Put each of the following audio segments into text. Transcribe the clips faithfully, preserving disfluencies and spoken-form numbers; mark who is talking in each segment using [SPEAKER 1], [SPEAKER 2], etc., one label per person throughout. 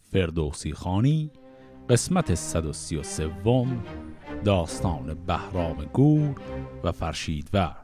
[SPEAKER 1] فردوسی خانی قسمت صد و سی و سوم داستان بهرام گور و فرشیدورد.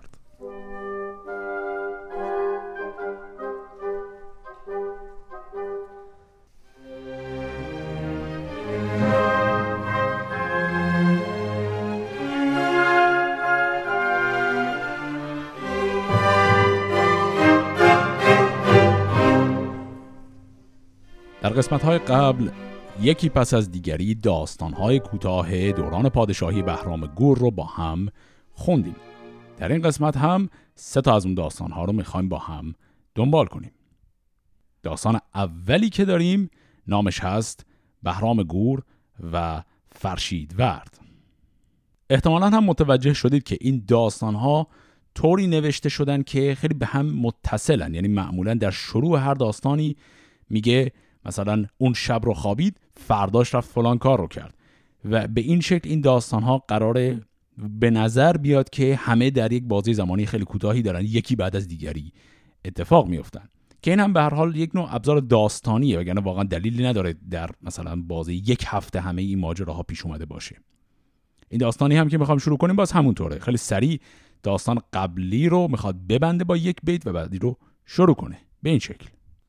[SPEAKER 1] در قسمت‌های قبل یکی پس از دیگری داستان‌های کوتاه دوران پادشاهی بهرام گور رو با هم خوندیم. در این قسمت هم سه تا از اون داستان‌ها رو می‌خوایم با هم دنبال کنیم. داستان اولی که داریم نامش هست بهرام گور و فرشیدورد. احتمالاً هم متوجه شدید که این داستان‌ها طوری نوشته شدن که خیلی به هم متصلن. یعنی معمولاً در شروع هر داستانی میگه مثلا اون شب رو خوابید، فرداش رفت فلان کار رو کرد و به این شکل این داستان‌ها قراره به نظر بیاد که همه در یک بازه زمانی خیلی کوتاهی دارن یکی بعد از دیگری اتفاق میافتن، که این هم به هر حال یک نوع ابزار داستانیه، وگرنه واقعا دلیلی نداره در مثلا بازه یک هفته همه این ماجراها پیش اومده باشه. این داستانی هم که میخوام شروع کنیم باز همونطوره، خیلی سریع داستان قبلی رو میخواد ببنده با یک بیت و بعدی رو شروع کنه به این شکل: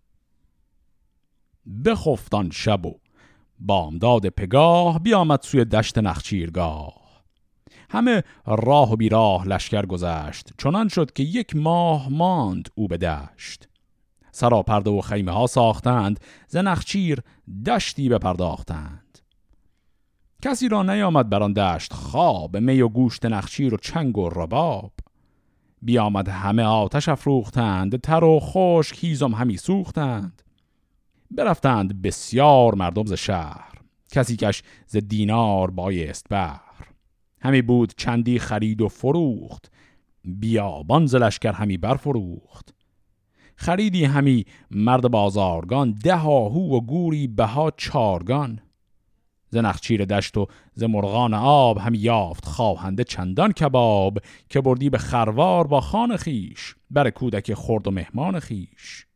[SPEAKER 1] بخفتان شب و بامداد پگاه، بیامد سوی دشت نخچیرگاه. همه راه و بیراه لشکر گذشت، چنان شد که یک ماه ماند او به دشت. سراپرده و خیمه ها ساختند، ز نخچیر دشتی بپرداختند. کسی را نیامد بر آن دشت خواب، می و گوشت نخچیر و چنگ و رباب. بیامد همه آتش افروختند، تر و خشک هیزم همی سوختند. برفتند بسیار مردم ز شهر، کسی کش ز دینار بایست بهر. همی بود چندی خرید و فروخت، بیابان ز لشکر همی برفروخت. خریدی همی مرد بازارگان، ده آهو و گوری بها چارگان. ز نخچیر دشت و ز مرغان آب، همی یافت خواهنده چندان کباب. که بردی به خروار با خان خیش، بر کودک خرد و مهمان خیش.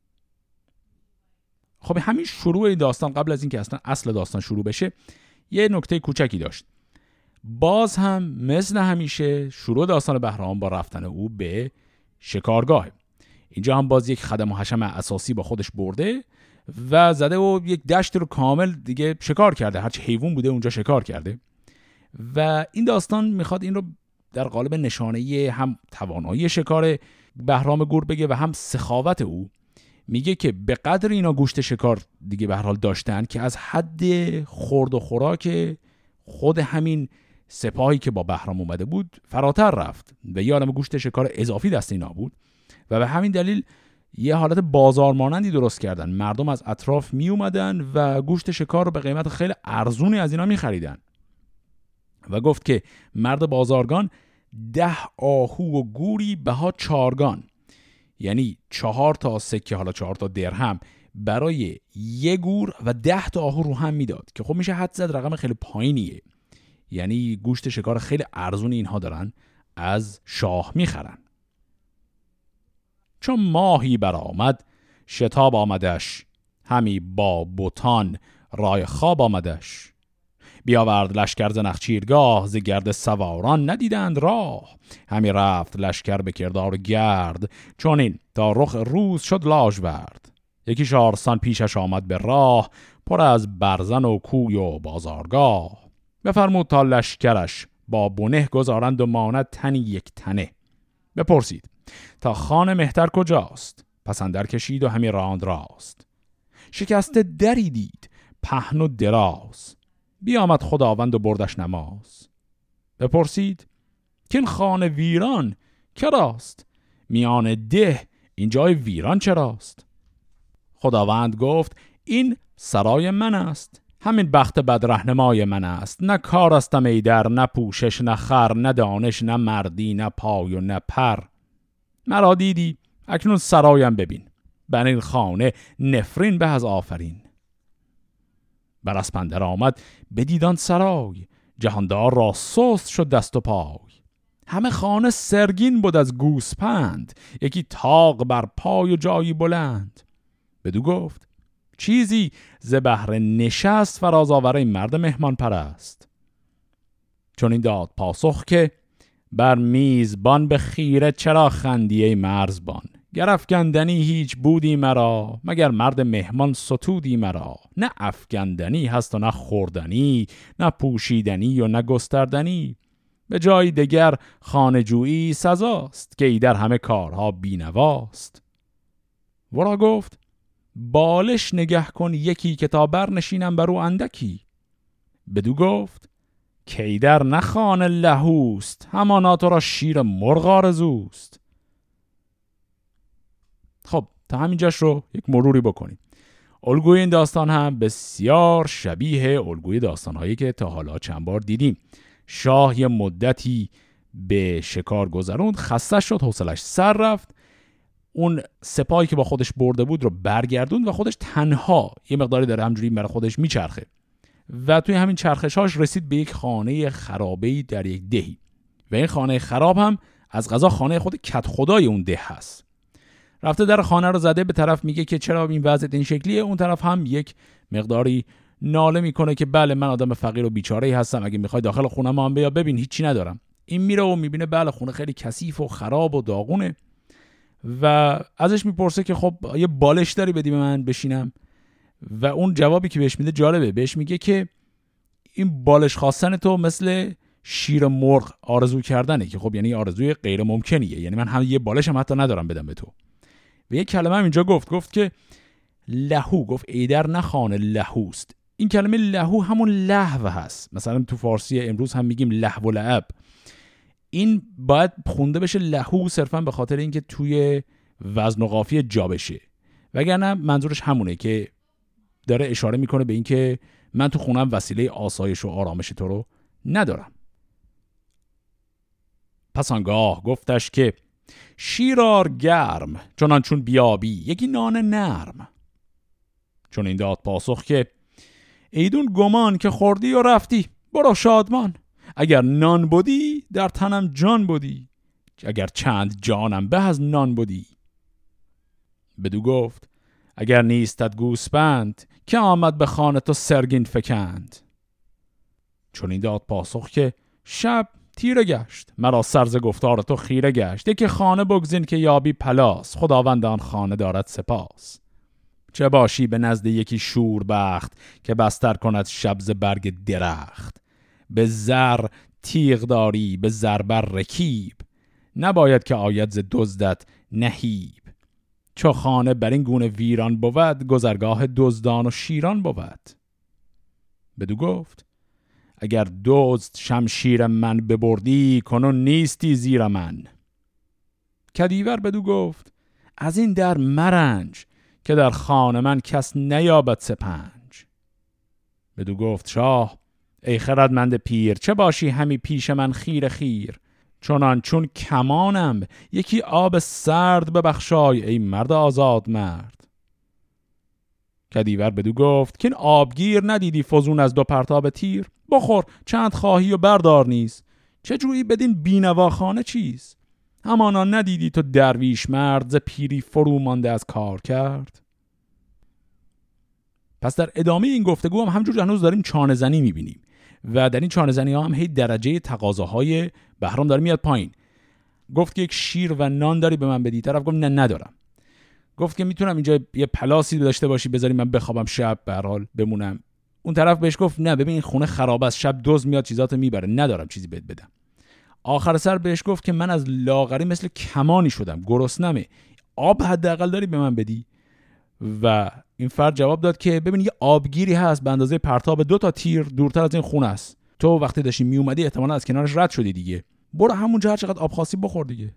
[SPEAKER 1] خب همین شروع داستان، قبل از اینکه اصلا اصل داستان شروع بشه، یه نکته کوچکی داشت. باز هم مثل همیشه شروع داستان بهرام با رفتن او به شکارگاه. اینجا هم باز یک خدم و حشم اساسی با خودش برده و زده و یک دشت رو کامل دیگه شکار کرده، هرچی حیوان بوده اونجا شکار کرده. و این داستان میخواد این رو در قالب نشانه هم توانایی شکار بهرام گور بگه و هم سخاوت او. میگه که به قدر اینا گوشت شکار دیگه به هر حال داشتن که از حد خورد و خوراک خود همین سپاهی که با بهرام اومده بود فراتر رفت و یه عالمه گوشت شکار اضافی دست اینا بود و به همین دلیل یه حالت بازار مانندی درست کردن. مردم از اطراف می اومدن و گوشت شکار رو به قیمت خیلی ارزونی از اینا می خریدن و گفت که مرد بازارگان ده آهو و گوری بها چارگان، یعنی چهار تا سکه، حالا چهار تا درهم برای یه گور و ده تا آهو رو هم میداد، که خب میشه حد زد رقم خیلی پایینیه. یعنی گوشت شکار خیلی ارزونی اینها دارن از شاه میخرن. چون ماهی برآمد شتاب آمدش، همی با بتان رای خواب آمدش. بیاورد لشکر ز نخچیرگاه، ز گرد سواران ندیدند راه. همی رفت لشکر به کردار گرد، چون این تا رخ روز شد لاژورد. یکی شارستان پیشش آمد به راه، پر از برزن و کوی و بازارگاه. بفرمود تا لشکرش با بنه، گذارند و ماند تنی یک تنه. بپرسید تا خان مهتر کجاست، پس اندر کشید و همی راند راست. شکست دری دید پهن و دراز، بیامد خداوند و بردش نماز. بپرسید که این خانه ویران کراست، میان ده این جای ویران چراست. خداوند گفت این سرای من است، همین بخت بد رهنمای من است. نه کار استم ایدر، نه پوشش، نه خر، نه دانش، نه مردی، نه پای و نه پر. مرا دیدی اکنون سرایم ببین، بر این خانه نفرین به از آفرین. بر اسپندر آمد بدیدان سرای، جهاندار را سست شد دست و پای. همه خانه سرگین بود از گوسپند، یکی تاق بر پای و جایی بلند. بدو گفت چیزی ز بهر نشست فراز آور این مرد مهمان پرست. چون این داد پاسخ که بر میزبان به خیره چرا خندی ای مرزبان. گر افگندنی هیچ بودی مرا، مگر مرد مهمان ستودی مرا. نه افگندنی هست و نه خوردنی، نه پوشیدنی و نه گستردنی. به جای دگر خانجویی سزاست، که ای در همه کارها بینواست. ورا گفت بالش نگه کن یکی، که تا برنشینم برو اندکی. بدو گفت که ای در نخانه لهوست، همانا تو را شیر مرغ آرزوست. خب تا همینجاش رو یک مروری بکنیم. الگوی این داستان هم بسیار شبیه الگوی داستانهایی که تا حالا چند بار دیدیم. شاه یه مدتی به شکار گذروند، خسته شد، حوصلش سر رفت، اون سپاهی که با خودش برده بود رو برگردوند و خودش تنها یه مقداری داره همجوری برای خودش میچرخه و توی همین چرخشاش رسید به یک خانه خرابه‌ای در یک دهی و این خانه خراب هم از قضا خانه خود کت خدای اون ده هست. رفته در خانه رو زده، به طرف میگه که چرا این وضعیت این شکلیه، اون طرف هم یک مقداری ناله میکنه که بله من آدم فقیر و بیچاره‌ای هستم، اگه میخوای داخل خونه ما هم بیا ببین هیچی ندارم. این میره و میبینه بله خونه خیلی کثیف و خراب و داغونه و ازش میپرسه که خب یه بالش داری بدی به من بشینم و اون جوابی که بهش میده جالبه، بهش میگه که این بالش خواستن تو مثل شیر مرغ آرزو کردنه، که خب یعنی آرزوی غیر ممکنیه، یعنی من هم یه بالش هم حتی ندارم بدم به تو. و یه کلمه هم اینجا گفت گفت که لهو، گفت ایدر نخانه لهوست. این کلمه لهو همون لهو هست، مثلا تو فارسی امروز هم میگیم لهو و لعب. این باید خونده بشه لهو صرفا به خاطر اینکه توی وزن و قافیه جا بشه، وگرنه منظورش همونه که داره اشاره میکنه به اینکه من تو خونم وسیله آسایش و آرامش تو رو ندارم. پس آنگاه گفتش که شیرار گرم چنان چون بیابی یکی نان نرم. چون این داد پاسخ که ایدون گمان که خوردی و رفتی، برو شادمان. اگر نان بودی در تنم جان بودی، اگر چند جانم به از نان بودی. بدو گفت اگر نیستد گوسپند، که آمد به خانه تو سرگین فکند. چون این داد پاسخ که شب تیره گشت، مرا سرز گفتار تو خیره گشت. یکی خانه بگزین که یابی پلاس، خداوند آن خانه دارد سپاس. چه باشی به نزد یکی شوربخت، که بستر کند شبز برگ درخت. به زر تیغ داری به زربر رکیب، نباید که آید ز دزدت نهیب. چو خانه بر این گونه ویران بود، گذرگاه دزدان و شیران بود. بدو گفت اگر دزد شمشیر من ببردی، کنون نیستی زیر من. کدیور بدو گفت از این در مرنج، که در خانه من کس نیابد سپنج. بدو گفت شاه ای خردمند پیر، چه باشی همی پیش من خیر خیر. چونان چون کمانم یکی آب سرد ببخشای، ای مرد آزاد مرد. کدیور بدو گفت که این آبگیر ندیدی فزون از دو پرتاب تیر. بخور چند خواهی و بردار نیز، چه جویی بدین بینوا خانه چیز. همانا ندیدی تو درویش مرد، ز پیری فرو مانده از کار کرد. پس در ادامه این گفتگو هم همجور هنوز داریم چانه زنی میبینیم و در این چانه زنی ها هم هی درجه تقاضاهای بهرام داره میاد پایین. گفت که یک شیر و نان داری به من بدی، طرف گفت نه ندارم. گفت که میتونم اینجا یه پلاسی داشته باشی بذاری من بخوابم شب به هر حال بمونم. اون طرف بهش گفت نه ببین این خونه خراب است، شب دزد میاد چیزاتو میبره، ندارم چیزی بهت بدم. آخر سر بهش گفت که من از لاغری مثل کمانی شدم، گرسنمه، آب حداقل داری به من بدی؟ و این فرد جواب داد که ببین یه آبگیری هست به اندازه پرتاب دو تا تیر دورتر از این خونه است، تو وقتی داشتی می اومدی احتمالاً از کنارش رد شدی دیگه، برو همونجا هر چقدر آب خاصی بخور دیگه.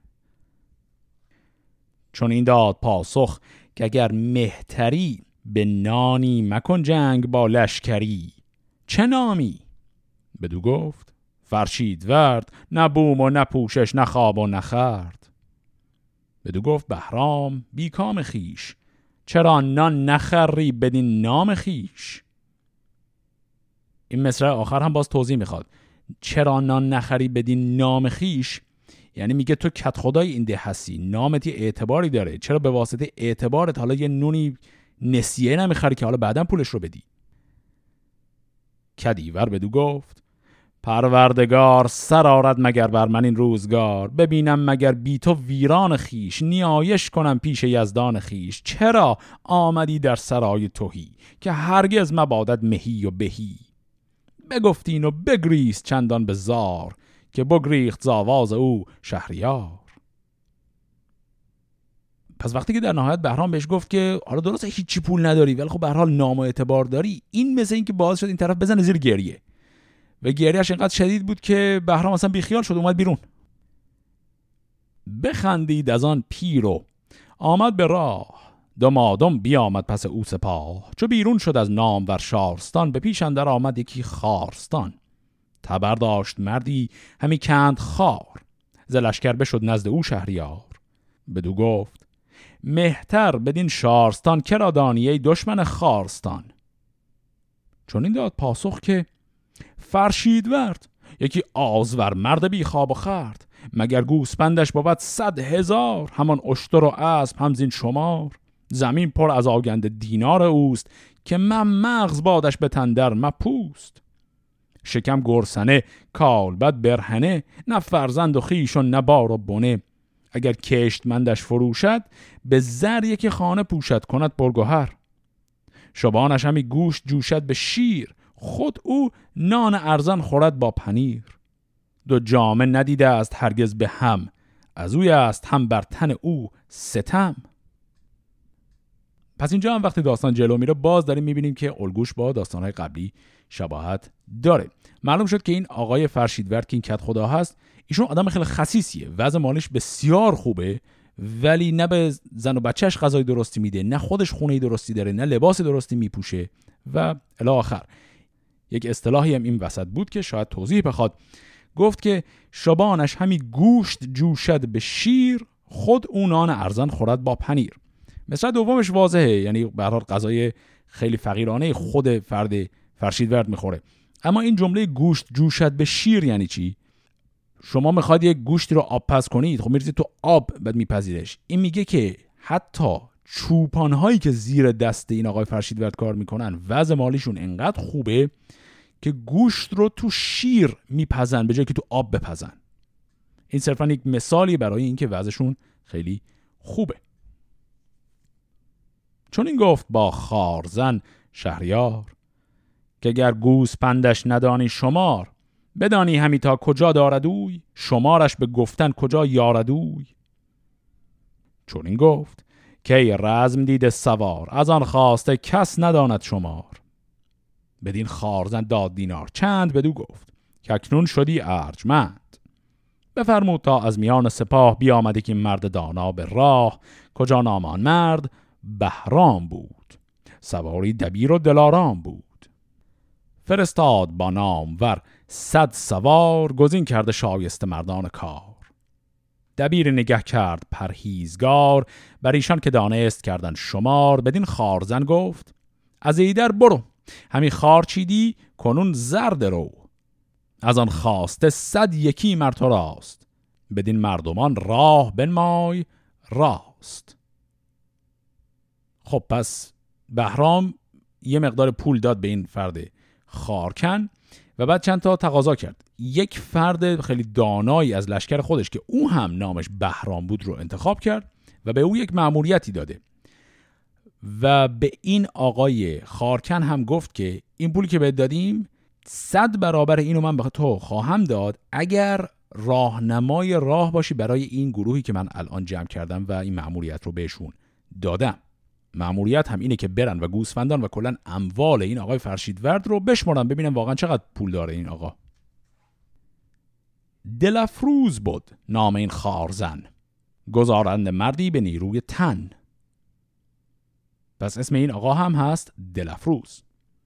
[SPEAKER 1] چون این داد پاسخ که اگر مهتری به نانی مکن جنگ با لشکری. چه نامی؟ بدو گفت فرشید ورد، نه بوم و نه پوشش، نه خواب و نه خورد. بدو گفت بهرام بی کام خیش، چرا نان نخری بدین نام خیش. این مصرع آخر هم باز توضیح میخواد. چرا نان نخری بدین نام خیش یعنی میگه تو کت خدای این ده هستی، نامت یه اعتباری داره، چرا به واسطه اعتبارت حالا یه نونی نسیه نمیخری که حالا بعداً پولش رو بدی؟ کدیور بدو گفت پروردگار سر آرد مگر بر من این روزگار، ببینم مگر بی تو ویران خیش، نیایش کنم پیش یزدان خیش. چرا آمدی در سرای تهی، که هرگز مبادت مهی و بهی. بگفتین و بگریست چندان به زار، که بگریخت ز آواز او شهریار. پس وقتی که در نهایت بهرام بهش گفت که حالا درسته هیچی پول نداری ولی خب به هر حال نام و اعتبار داری، این مثل این که باعث شد این طرف بزنه زیر گریه و گریهش اینقدر شدید بود که بهرام اصلا بیخیال شد، اومد بیرون. بخندید از آن پیر و آمد به راه، دمادم بیامد پس او سپاه. چو بیرون شد از نام ور شارستان، به پیش اندر آمد یکی خارستان. تبر داشت مردی همی کند خار، ز لشکر بشد نزد او شهریار. بدو گفت مهتر بدین شارستان، کرا دانی ای دشمن خارستان. چون این داد پاسخ که فرشیدورد یکی آزور مرد بی خواب و خورد. مگر گوسپندش بود صد هزار، همان اشتر و اسب هم زین شمار. زمین پر از آگند دینار اوست، که من مغز بادش به تندر مپوست. شکم گرسنه کالبد برهنه، نه فرزند و خیش و نه بار و بنه. اگر کشتمندش فروشد، به زر یکی خانه پوشد کند پرگوهر. شبانش همی گوشت جوشد به شیر، خود او نان ارزان خورد با پنیر. دو جامه ندیده است هرگز به هم، از اوی است هم بر تن او ستم. پس اینجا هم وقتی داستان جلو میره باز داریم میبینیم که الگوش با داستانهای قبلی شباهت داره. معلوم شد که این آقای فرشیدورد که این کت خدا هست، ایشون آدم خیلی خسیسیه، وضع مالیش بسیار خوبه، ولی نه به زن و بچهش غذای درستی میده، نه خودش خونه درستی داره، نه لباس درستی میپوشه و الی آخر. یک اصطلاحی هم این وسط بود که شاید توضیح بخواد. گفت که شبانش همی گوشت جوشد به شیر، خود اونان ارزان خورد با پنیر. مثلا دومش واضحه، یعنی به هر حال غذای خیلی فقیرانه خود فرد فرشیدورد میخوره. اما این جمله گوشت جوشد به شیر یعنی چی؟ شما میخواد یک گوشتی رو آب پز کنید، خب میریزید تو آب بعد میپذیرش. این میگه که حتی چوپانهایی که زیر دست این آقای فرشیدورد کار میکنن وضع مالیشون انقدر خوبه که گوشت رو تو شیر میپزن به جای که تو آب بپزن. این صرفا یک مثالی برای این که وضعشون خیلی خوبه. چون این گفت با خارزن شهریار، که گر گوسپندش ندانی شمار. بدانی همی تا کجا داردوی، شمارش به گفتن کجا یاردوی. چون این گفت که رزم دیده سوار، از آن خواسته کس نداند شمار. بدین خارزن داد دینار چند، بدو گفت که اکنون شدی ارجمند. بفرمود تا از میان سپاه، بیامده که مرد دانا به راه. کجا نامان مرد بهرام بود، سواری دبیر و دلارام بود. فرستاد با نام ور صد سوار، گزین کرده شایسته مردان کار. دبیر نگه کرد پرهیزگار، بر ایشان که دانست کردن شمار. بدین خارزن گفت از ایدر برو، همی خار چیدی کنون زرد رو. از آن خواسته صد یکی مرد تو راست، بدین مردمان راه بنمای راست. خب پس بهرام یه مقدار پول داد به این فرد خارکن و بعد چند تا تقاضا کرد. یک فرد خیلی دانایی از لشکر خودش که او هم نامش بهرام بود رو انتخاب کرد و به او یک مأموریتی داده و به این آقای خارکن هم گفت که این پولی که بهت دادیم صد برابر اینو من به تو خواهم داد اگر راهنمای راه باشی برای این گروهی که من الان جمع کردم و این مأموریت رو بهشون دادم. مأموریت هم اینه که برن و گوسفندان و کلن اموال این آقای فرشیدورد رو بشمارن ببینن واقعا چقدر پول داره این آقا. دلفروز بود نام این خارزن، گزارنده مردی به نیروی تن. پس اسم این آقا هم هست دلفروز.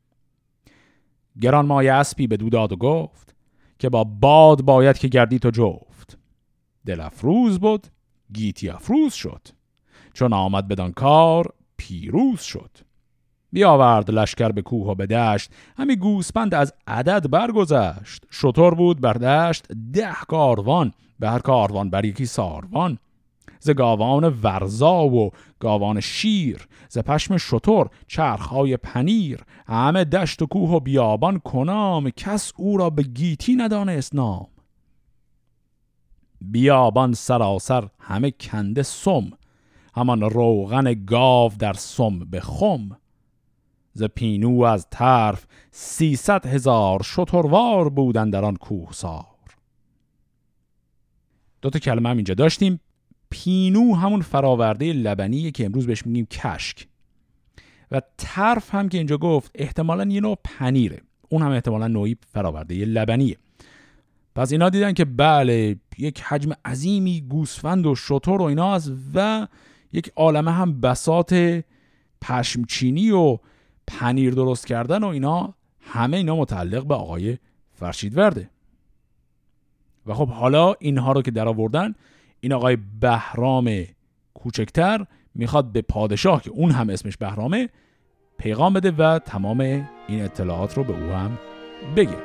[SPEAKER 1] گران مایه اسبی به داد و گفت، که با باد باید که گردی تو جفت. دلفروز بود گیتی افروز شد، چون آمد بدان کار پیروز شد. بیاورد لشکر به کوه و به دشت، همی گوسپند از عدد برگذشت. شتر بود بر دشت ده کاروان، به هر کاروان بر یکی ساروان. ز گاوان ورزا و گاوان شیر، ز پشم شتر چرخهای پنیر. همه دشت و کوه و بیابان کنام، کس او را به گیتی ندانست نام. بیابان سراسر همه کنده سم، همان روغن گاو در سم به خم. ز پینو از طرف سیصد هزار، شتروار بودن در آن کوهسار. دو تا کلمه هم اینجا داشتیم. پینو همون فراورده لبنیه که امروز بهش میگیم کشک، و طرف هم که اینجا گفت احتمالاً یه نوع پنیره، اون هم احتمالاً نوعی فراورده لبنیه. پس اینا دیدن که بله یک حجم عظیمی گوسفند و شتر و اینا هست و یک عالمه هم بساط پشمچینی و پنیر درست کردن و اینا، همه اینا متعلق به آقای فرشیدورده. و خب حالا اینها رو که در آوردن، این آقای بهرام کوچکتر میخواد به پادشاه که اون هم اسمش بهرامه پیغام بده و تمام این اطلاعات رو به او هم بگه.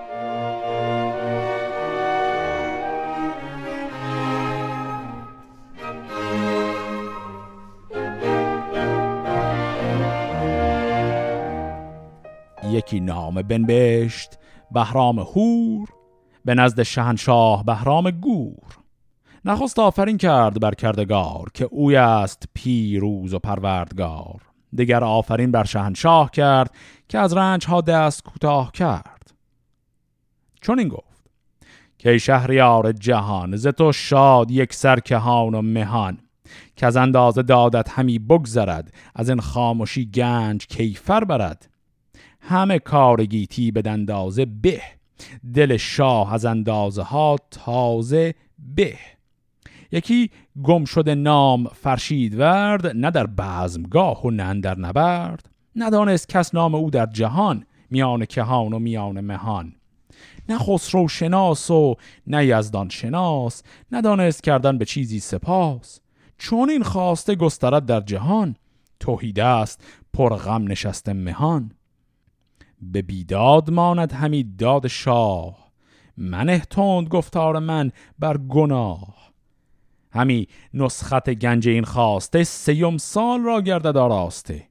[SPEAKER 1] یکی نامه بنبشت بهرام هور، به نزد شهنشاه بهرام گور. نخست آفرین کرد بر کردگار، که اوی است پیروز و پروردگار. دیگر آفرین بر شهنشاه کرد، که از رنج ها دست کوتاه کرد. چون این گفت که ای شهریار جهان، ز تو شاد یک سر کهان و مهان. که از اندازه دادت همی بگذرد، از این خاموشی گنج کیفر برد. همه کار گیتی به اندازه به، دل شاه از اندازه ها تازه به. یکی گم شده نام فرشیدورد، نه در بزمگاه و نه در نبرد. ندانست کس نام او در جهان، میان کهان و میان مهان. نه خسرو شناس و نه یزدان شناس، ندانست کردن به چیزی سپاس. چون این خواسته گسترد در جهان، توحید است پر غم نشسته مهان. به بیداد ماند همی داد شاه، منه تند گفتار من بر گناه. همی نسخت گنج این خواسته، سیم سال را گردد آراسته.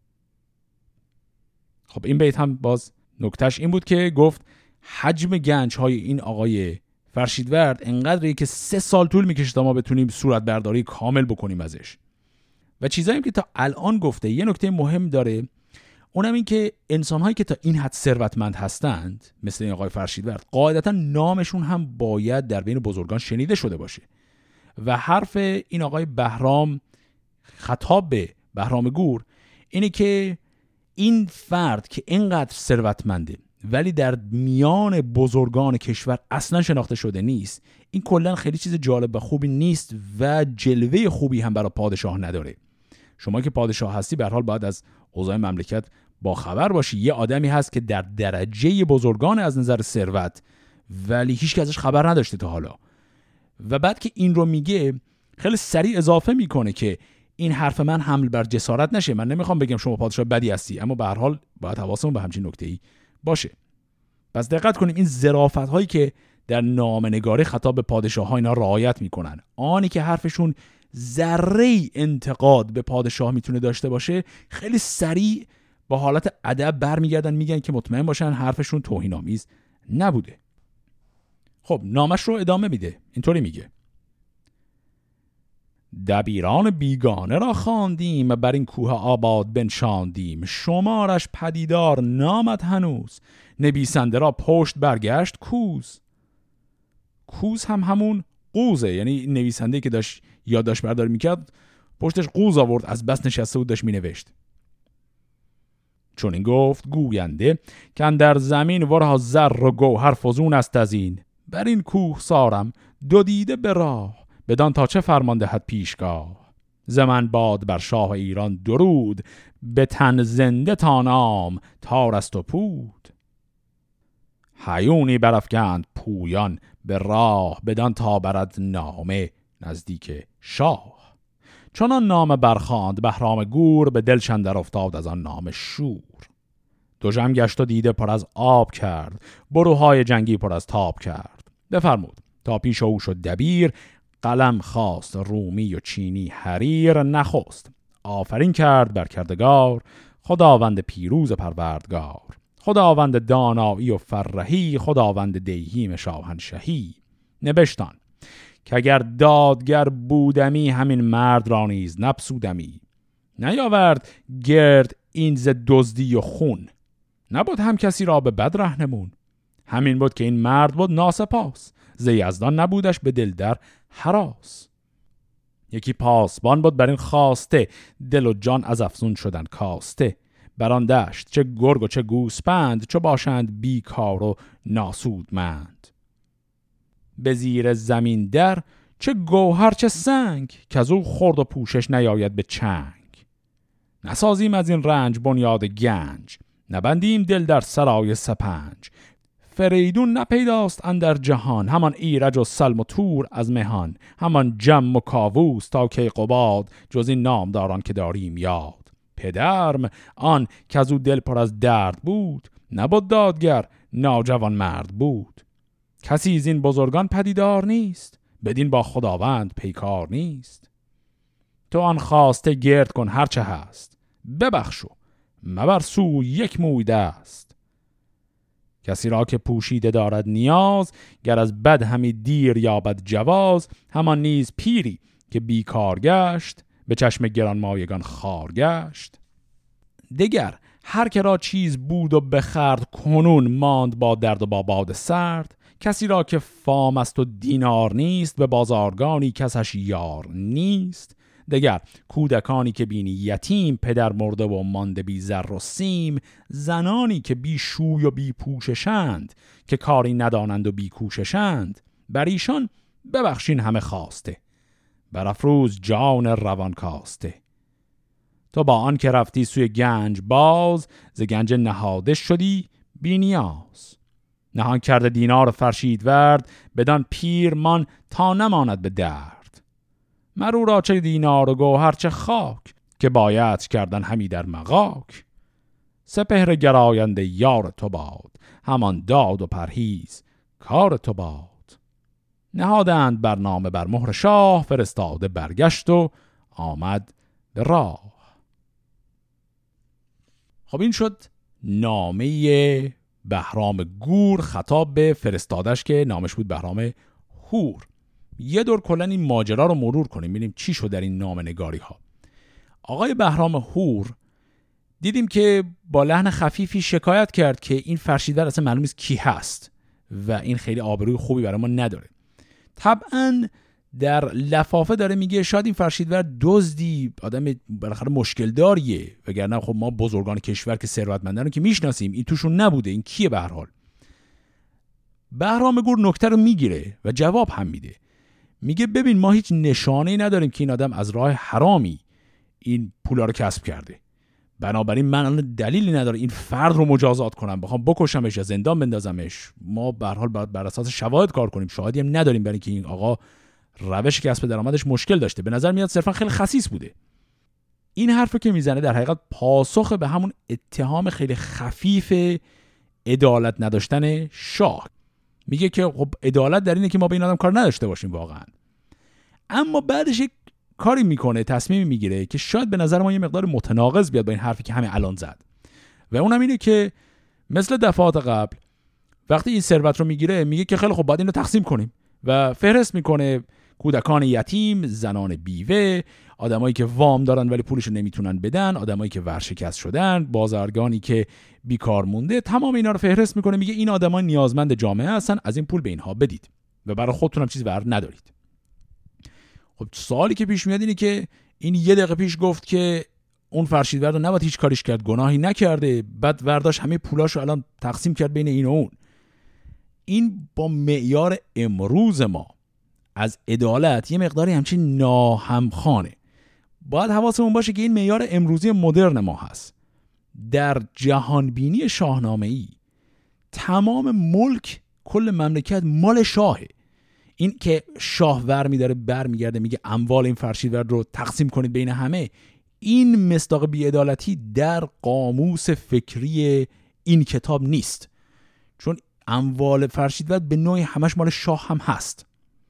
[SPEAKER 1] خب این بیت هم باز نکتهش این بود که گفت حجم گنج های این آقای فرشیدورد انقدری که سه سال طول میکشه تا ما بتونیم صورت برداری کامل بکنیم ازش. و چیزایی که تا الان گفته یه نکته مهم داره، اونم این که انسان‌هایی که تا این حد ثروتمند هستند مثل این آقای فرشیدورد، قاعدتا نامشون هم باید در بین بزرگان شنیده شده باشه. و حرف این آقای بهرام خطاب به بهرام گور اینه که این فرد که اینقدر ثروتمنده ولی در میان بزرگان کشور اصلا شناخته شده نیست، این کلا خیلی چیز جالب و خوبی نیست و جلوه خوبی هم برای پادشاه نداره. شما که پادشاه هستی به هر حال باید از اوضاع مملکت با خبر باشی. یه آدمی هست که در درجه بزرگان از نظر ثروت ولی هیچ کس ازش خبر نداشته تا حالا. و بعد که این رو میگه خیلی سریع اضافه میکنه که این حرف من حمل بر جسارت نشه. من نمیخوام بگم شما پادشاه بدی هستی، اما به هر حال باید حواسمون به همچین نکته‌ای باشه. پس دقت کنیم این ظرافت هایی که در نامه‌نگاری خطاب به پادشاه ها اینا رعایت میکنن، آنی که حرفشون ذره انتقاد به پادشاه میتونه داشته باشه خیلی سریع با حالت ادب برمیگردن میگن که مطمئن باشن حرفشون توهین‌آمیز نبوده. خب نامش رو ادامه میده، اینطوری میگه: دبیران بیگانه را خواندیم، بر این کوه آباد بنشاندیم. شمارش پدیدار نامد هنوز، نویسنده را پشت برگشت کوز. کوز هم همون قوزه، یعنی نویسنده که داشت یادداشت برداری میکرد پشتش قوز آورد، از بس نشسته بود داشت مینوشت. چون این گفت گوینده که اندر زمین ورها زر و گوهر فزون است از این. بر این کوه سارم دو دیده به راه، بدان تا چه فرمان دهد پیشگاه. زمن باد بر شاه ایران درود، به تن زنده تا نام تار است و پود. هیونی برافگند پویان به راه، بدان تا برد نامه نزدیک شاه. چنان نام برخواند بهرام گور، به دل چندر افتاد از آن نام شور. دو جم گشت و دیده پر از آب کرد، بروهای جنگی پر از تاب کرد. بفرمود تا پیش او شد دبیر، قلم خواست رومی و چینی حریر نخست. آفرین کرد بر کردگار خداوند پیروز پروردگار. خداوند دانایی و فرهی خداوند دیهیم شاهنشهی. نبشتان که اگر دادگر بودمی همین مرد را نیز نپسودمی. نیاورد گرد این ز دزدی و خون نبود هم کسی را به بد رهنمون. همین بود که این مرد بود ناسپاس ز یزدان نبودش به دل در هراس. یکی پاسبان بود بر این خواسته دل و جان از افزون شدن کاسته. بران دشت چه گرگ و چه گوسپند چو باشند بیکار و ناسودمند. به زیر زمین در چه گوهر چه سنگ که از او خورد و پوشش نیاید به چنگ. نسازیم از این رنج بنیاد گنج نبندیم دل در سرای سپنج. فریدون نپیداست اندر جهان همان ایرج و سلم و تور از مهان. همان جم و کاووس تا کیقباد جز این نامداران که داریم یاد. پدرم آن که از او دل پر از درد بود نبود دادگر ناجوان مرد بود. کسی از این بزرگان پدیدار نیست بدین با خداوند پیکار نیست. تو آن خواسته گرد کن هرچه هست ببخشو مبر سوی یک موی دست. کسی را که پوشیده دارد نیاز گر از بد همی دیر یابد جواز. همان نیز پیری که بیکار گشت به چشم گرانمایگان خار گشت. دگر هر که را چیز بود و بخرد کنون ماند با درد و با باد سرد. کسی را که فام است و دینار نیست به بازارگانی کسش یار نیست. دگر کودکانی که بینی یتیم پدر مرده و مانده بی زر و سیم. زنانی که بی شوی و بی پوششند که کاری ندانند و بی کوششند. بر ایشان ببخشین همه خواسته برافروز جان روان کاسته. تو با آن که رفتی سوی گنج باز ز گنج نهاده شدی بی نیاز. نهان کرده دینار فرشید ورد بدان پیرمان تا نماند به درد. مرو را چه دینار و گوهر چه خاک که باید کردن همی در مغاک. سپهر گراینده یار تو باد همان داد و پرهیز کار تو باد. نهادند برنامه بر مهر شاه فرستاده برگشت و آمد به راه. خب این شد نامه بهرام گور خطاب به فرستادش که نامش بود بهرام هور. یه دور کلن این ماجرا رو مرور کنیم ببینیم چی شد در این نامه نگاری ها. آقای بهرام هور دیدیم که با لحن خفیفی شکایت کرد که این فرشیدور اصلا معلوم نیست کی هست و این خیلی آبروی خوبی برای ما نداره. طبعا در لفافه داره میگه شاید این فرشیدور دزدی آدم بالاخره مشکل داریه وگرنه خب ما بزرگان کشور که ثروتمندن رو که میشناسیم این توشون نبوده. این کیه؟ به هر حال بهرام گور نکته رو میگیره و جواب هم میده. میگه ببین ما هیچ نشانه‌ای نداریم که این آدم از راه حرامی این پولا رو کسب کرده. بنابراین من الان دلیلی نداره این فرد رو مجازات کنم بخوام بکشمش یا زندان بندازمش. ما به هر حال باید بر اساس شواهد کار کنیم. شاهدی هم نداریم برای اینکه این آقا روش کسب درآمدش مشکل داشته. به نظر میاد صرفا خیلی خسیس بوده. این حرفو که میزنه در حقیقت پاسخ به همون اتهام خیلی خفیف عدالت نداشتن شاه. میگه که خب عدالت در اینه که ما به این آدم کار نداشته باشیم واقعا. اما بعدش یک کاری میکنه، تصمیمی میگیره که شاید به نظر ما یه مقدار متناقض بیاد با این حرفی که همین الان زد و اونم اینه که مثل دفعات قبل وقتی این ثروت رو میگیره میگه که خیلی خب باید اینو تقسیم کنیم و فهرست میکنه کودکان یتیم، زنان بیوه، آدمایی که وام دارن ولی پولشو نمیتونن بدن، آدمایی که ورشکست شدن، بازرگانی که بیکار مونده، تمام اینا رو فهرست میکنه. میگه این آدما نیازمند جامعه هستن، از این پول به اینها بدید و برای خودتون هم چیز ور ندارید. خب سوالی که پیش میاد اینه که این یه دقیقه پیش گفت که اون فرشیدور رو نباید هیچ کاریش کرد، گناهی نکرده، بعد ورداش همه پولاشو الان تقسیم کرد بین این و اون. این با معیار امروز ما از عدالت یه مقداری همچین ناهمخوانه. باید حواسمون باشه که این معیار امروزی مدرن ما هست. در جهانبینی شاهنامه‌ای تمام ملک، کل مملکت مال شاهه. این که شاه ور میداره بر میگرده میگه اموال این فرشیدور رو تقسیم کنید بین همه، این مصداق بی‌عدالتی در قاموس فکری این کتاب نیست. چون اموال فرشیدور به نوعی همش مال شاه هم هست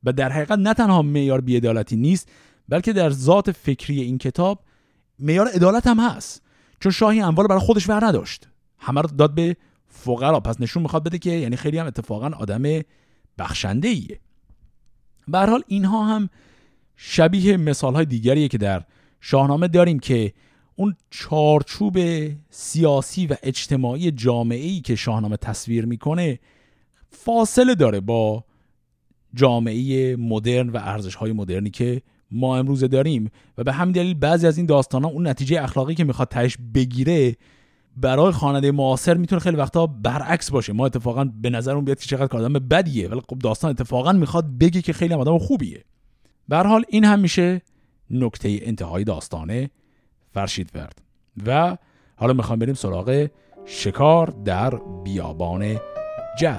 [SPEAKER 1] و در حقیقت نه تنها معیار بی‌عدالتی نیست، بلکه در ذات فکری این کتاب معیار عدالت هم هست، چون شاهی اموال برای خودش ور نداشت، همه رو داد به فقرا. پس نشون میخواد بده که یعنی خیلی هم اتفاقا آدم بخشنده ایه. به هر حال اینها هم شبیه مثالهای دیگریه که در شاهنامه داریم که اون چارچوب سیاسی و اجتماعی جامعه‌ای که شاهنامه تصویر میکنه فاصله داره با جامعه مدرن و ارزش‌های مدرنی که ما امروزه داریم و به همین دلیل بعضی از این داستان‌ها اون نتیجه اخلاقی که میخواد تهش بگیره برای خواننده معاصر میتونه خیلی وقتا برعکس باشه. ما اتفاقا به نظرمون بیاد که چقدر آدم بدیه، ولی خب داستان اتفاقا میخواد بگه که خیلی آدم خوبیه. به هر حال این هم میشه نکته انتهایی داستانه فرشیدورد. و حالا میخوام بریم سراغ شکار در بیابان جز.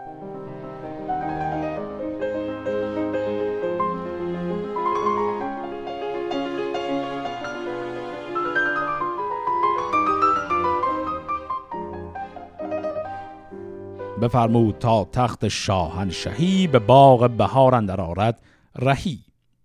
[SPEAKER 1] بفرمود تا تخت شاهنشهی، به باغ بهار اندر آرد رهی.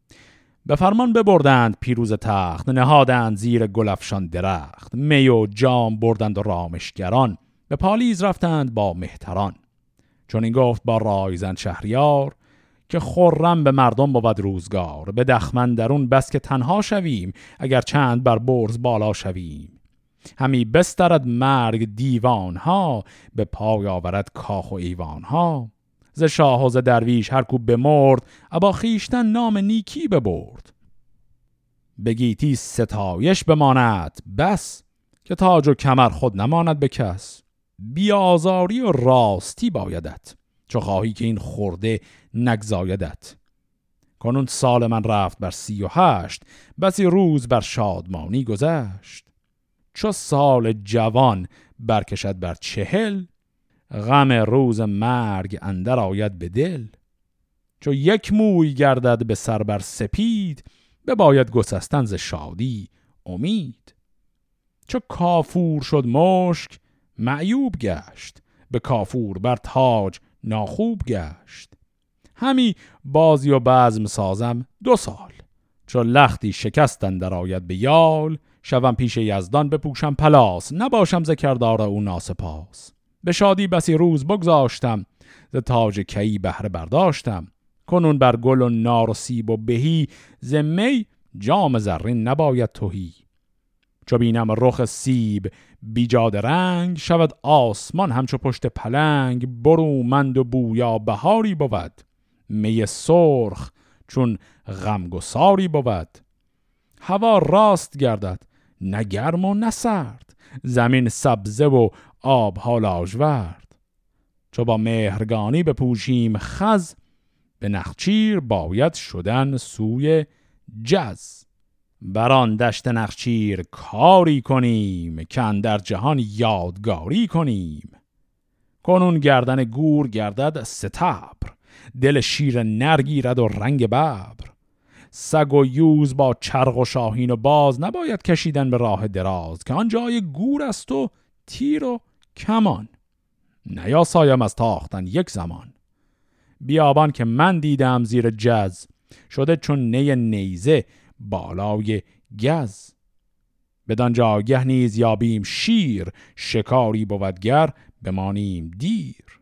[SPEAKER 1] به فرمان ببردند پیروز تخت، نهادند زیر گلفشان درخت. می و جام بردند و رامشگران، به پالیز رفتند با مهتران. چون این گفت با رایزن شهریار، که خرم به مردم بود روزگار. به دخمن درون بس که تنها شویم، اگر چند بر برز بالا شویم. همی بسترد مرگ دیوان ها، به پای آورد کاخ و ایوان ها. ز شاه و ز درویش هر کو بمرد، ابا خویشتن نام نیکی ببرد. به گیتی ستایش بماند بس، که تاج و کمر خود نماند به کس. بیازاری و راستی بایدت، چو خواهی که این خورده نگزایدت. کنون سال من رفت بر سی و هشت، بسی روز بر شادمانی گذشت. چو سال جوان برکشد بر چهل، غم روز مرگ اندر آید به دل. چو یک موی گردد به سر بر سپید، بباید گسستن ز شادی امید. چو کافور شد مشک معیوب گشت، به کافور بر تاج ناخوب گشت. همی بازی و بزم سازم دو سال، چو لختی شکست اندر آید به یال. شوم پیش یزدان بپوشم پلاس، نباشم ز کردار او ناسپاس. به شادی بسی روز بگذاشتم، ز تاج کی بهره برداشتم. کنون بر گل و نار و سیب و بهی، ز می جام زرین نباید تهی. چو بینم رخ سیب بیجاد رنگ، شود آسمان همچو پشت پلنگ. برومند و بویا بهاری بود، می سرخ چون غمگساری بود. هوا راست گردد نه گرم و نه سرد، زمین سبزه و آب لاژورد. چو با مهرگانی بپوشیم خز، به نخچیر باید شدن سوی جز. بران دشت نخچیر کاری کنیم، که اندر جهان یادگاری کنیم. کنون گردن گور گردد ستبر، دل شیر نر گیرد و رنگ ببر. سگ و یوز با چرغ و شاهین و باز، نباید کشیدن به راه دراز. که آن جای گور است و تیر و کمان، نیاسایم از تاختن یک زمان. بیابان که من دیدم زیر جز، شده چون نی نیزه بالای گز. بدان جاگه نیز یابیم شیر، شکاری بودگر بمانیم دیر.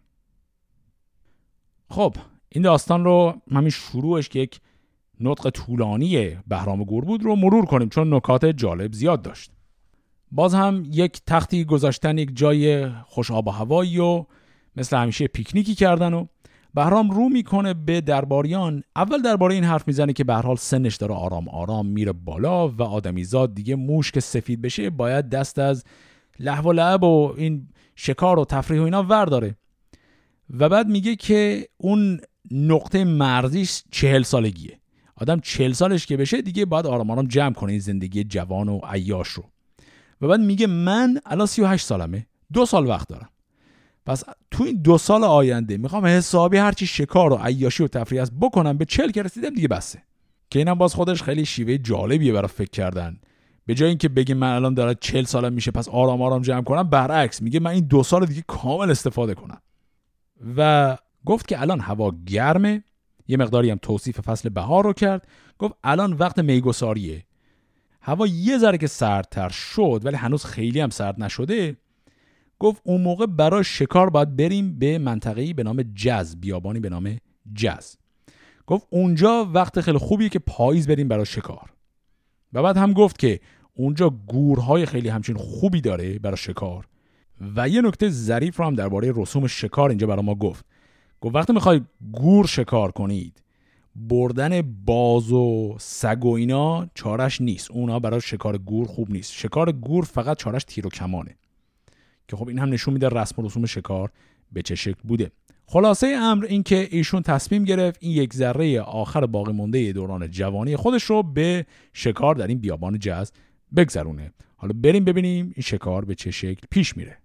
[SPEAKER 1] خب این داستان رو همین شروعش که یک نطق طولانی بهرام گور بود رو مرور کنیم، چون نکات جالب زیاد داشت. باز هم یک تختی گذاشتن یک جای خوش آب و هوایی و مثل همیشه پیکنیکی کردن و بهرام رو میکنه به درباریان. اول درباره این حرف میزنه که به هر حال سنش داره آرام آرام میره بالا و آدمیزاد دیگه موش که سفید بشه باید دست از لهو و لعب و این شکار و تفریح و اینا ورداره. و بعد میگه که اون نقطه مرزیش چهل سالگیه. آدم چهل سالش که بشه دیگه باید آرام آرام جمع کنه این زندگی جوان و عیاش رو. و بعد میگه من الان سی و هشت سالمه، دو سال وقت دارم. پس تو این دو سال آینده میخوام حسابی هرچی شکار و عیاشی و تفریح است بکنم، به چهل که رسیدم دیگه بسه. که اینم باز خودش خیلی شیوه جالبیه برای فکر کردن. به جای اینکه بگه من الان داره چهل سالم میشه پس آرام آرام جمع کنم، برعکس میگه من این دو سال دیگه کامل استفاده کنم. و گفت که الان هوا گرمه، یه مقداری هم توصیف فصل بهار رو کرد. گفت الان وقت میگساریه، هوا یه ذره که سردتر شد ولی هنوز خیلی هم سرد نشده. گفت اون موقع برای شکار باید بریم به منطقه‌ای به نام جز، بیابانی به نام جز. گفت اونجا وقت خیلی خوبیه که پاییز بریم برای شکار. و بعد هم گفت که اونجا گورهای خیلی همچین خوبی داره برای شکار. و یه نکته ظریف رو هم درباره رسوم شکار اینجا برای ما گفت. گفت وقتی میخوای گور شکار کنید، بردن باز و سگ و اینا چارش نیست، اونا برای شکار گور خوب نیست. شکار گور فقط چارش تیر و کمانه، که خب این هم نشون میده رسم و رسوم شکار به چه شکل بوده. خلاصه امر این که ایشون تصمیم گرفت این یک ذره آخر باقی مونده دوران جوانی خودش رو به شکار در این بیابان جز بگذرونه. حالا بریم ببینیم این شکار به چه شکل پیش میره.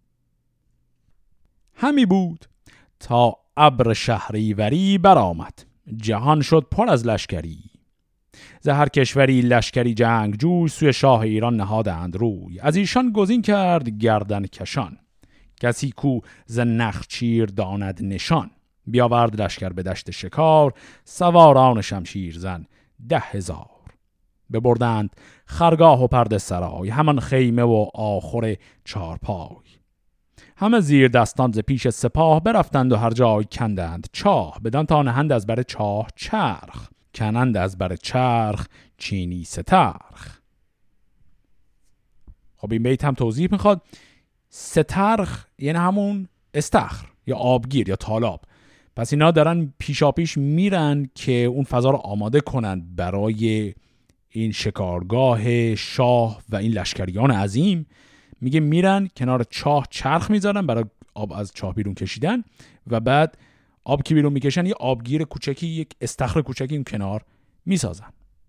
[SPEAKER 1] همی بود تا ابر شهریوری برآمد، جهان شد پر از لشکری. ز هر کشوری لشکری جنگجوی، سوی شاه ایران نهادند روی. از ایشان گزین کرد گردن کشان، کسی کو ز نخچیر داند نشان. بیاورد لشکر به دشت شکار، سواران شمشیر زن ده هزار. ببردند خرگاه و پرده سرای، همان خیمه و آخر چارپای. همه زیر دستان ز پیش سپاه، برفتند و هر جای کندند چاه. بدان تا نهند از بر چاه چرخ، کنند از بر چرخ چینی سترخ. خب این بیت هم توضیح میخواد. سترخ یعنی همون استخر یا آبگیر یا تالاب. پس اینا دارن پیشا پیش میرن که اون فضا رو آماده کنن برای این شکارگاه شاه و این لشکریان عظیم. میگه میرن کنار چاه چرخ میذارن برای آب از چاه بیرون کشیدن و بعد آب که بیرون میکشن یه آبگیر کوچکی، یک استخر کوچکی اون کنار میسازن.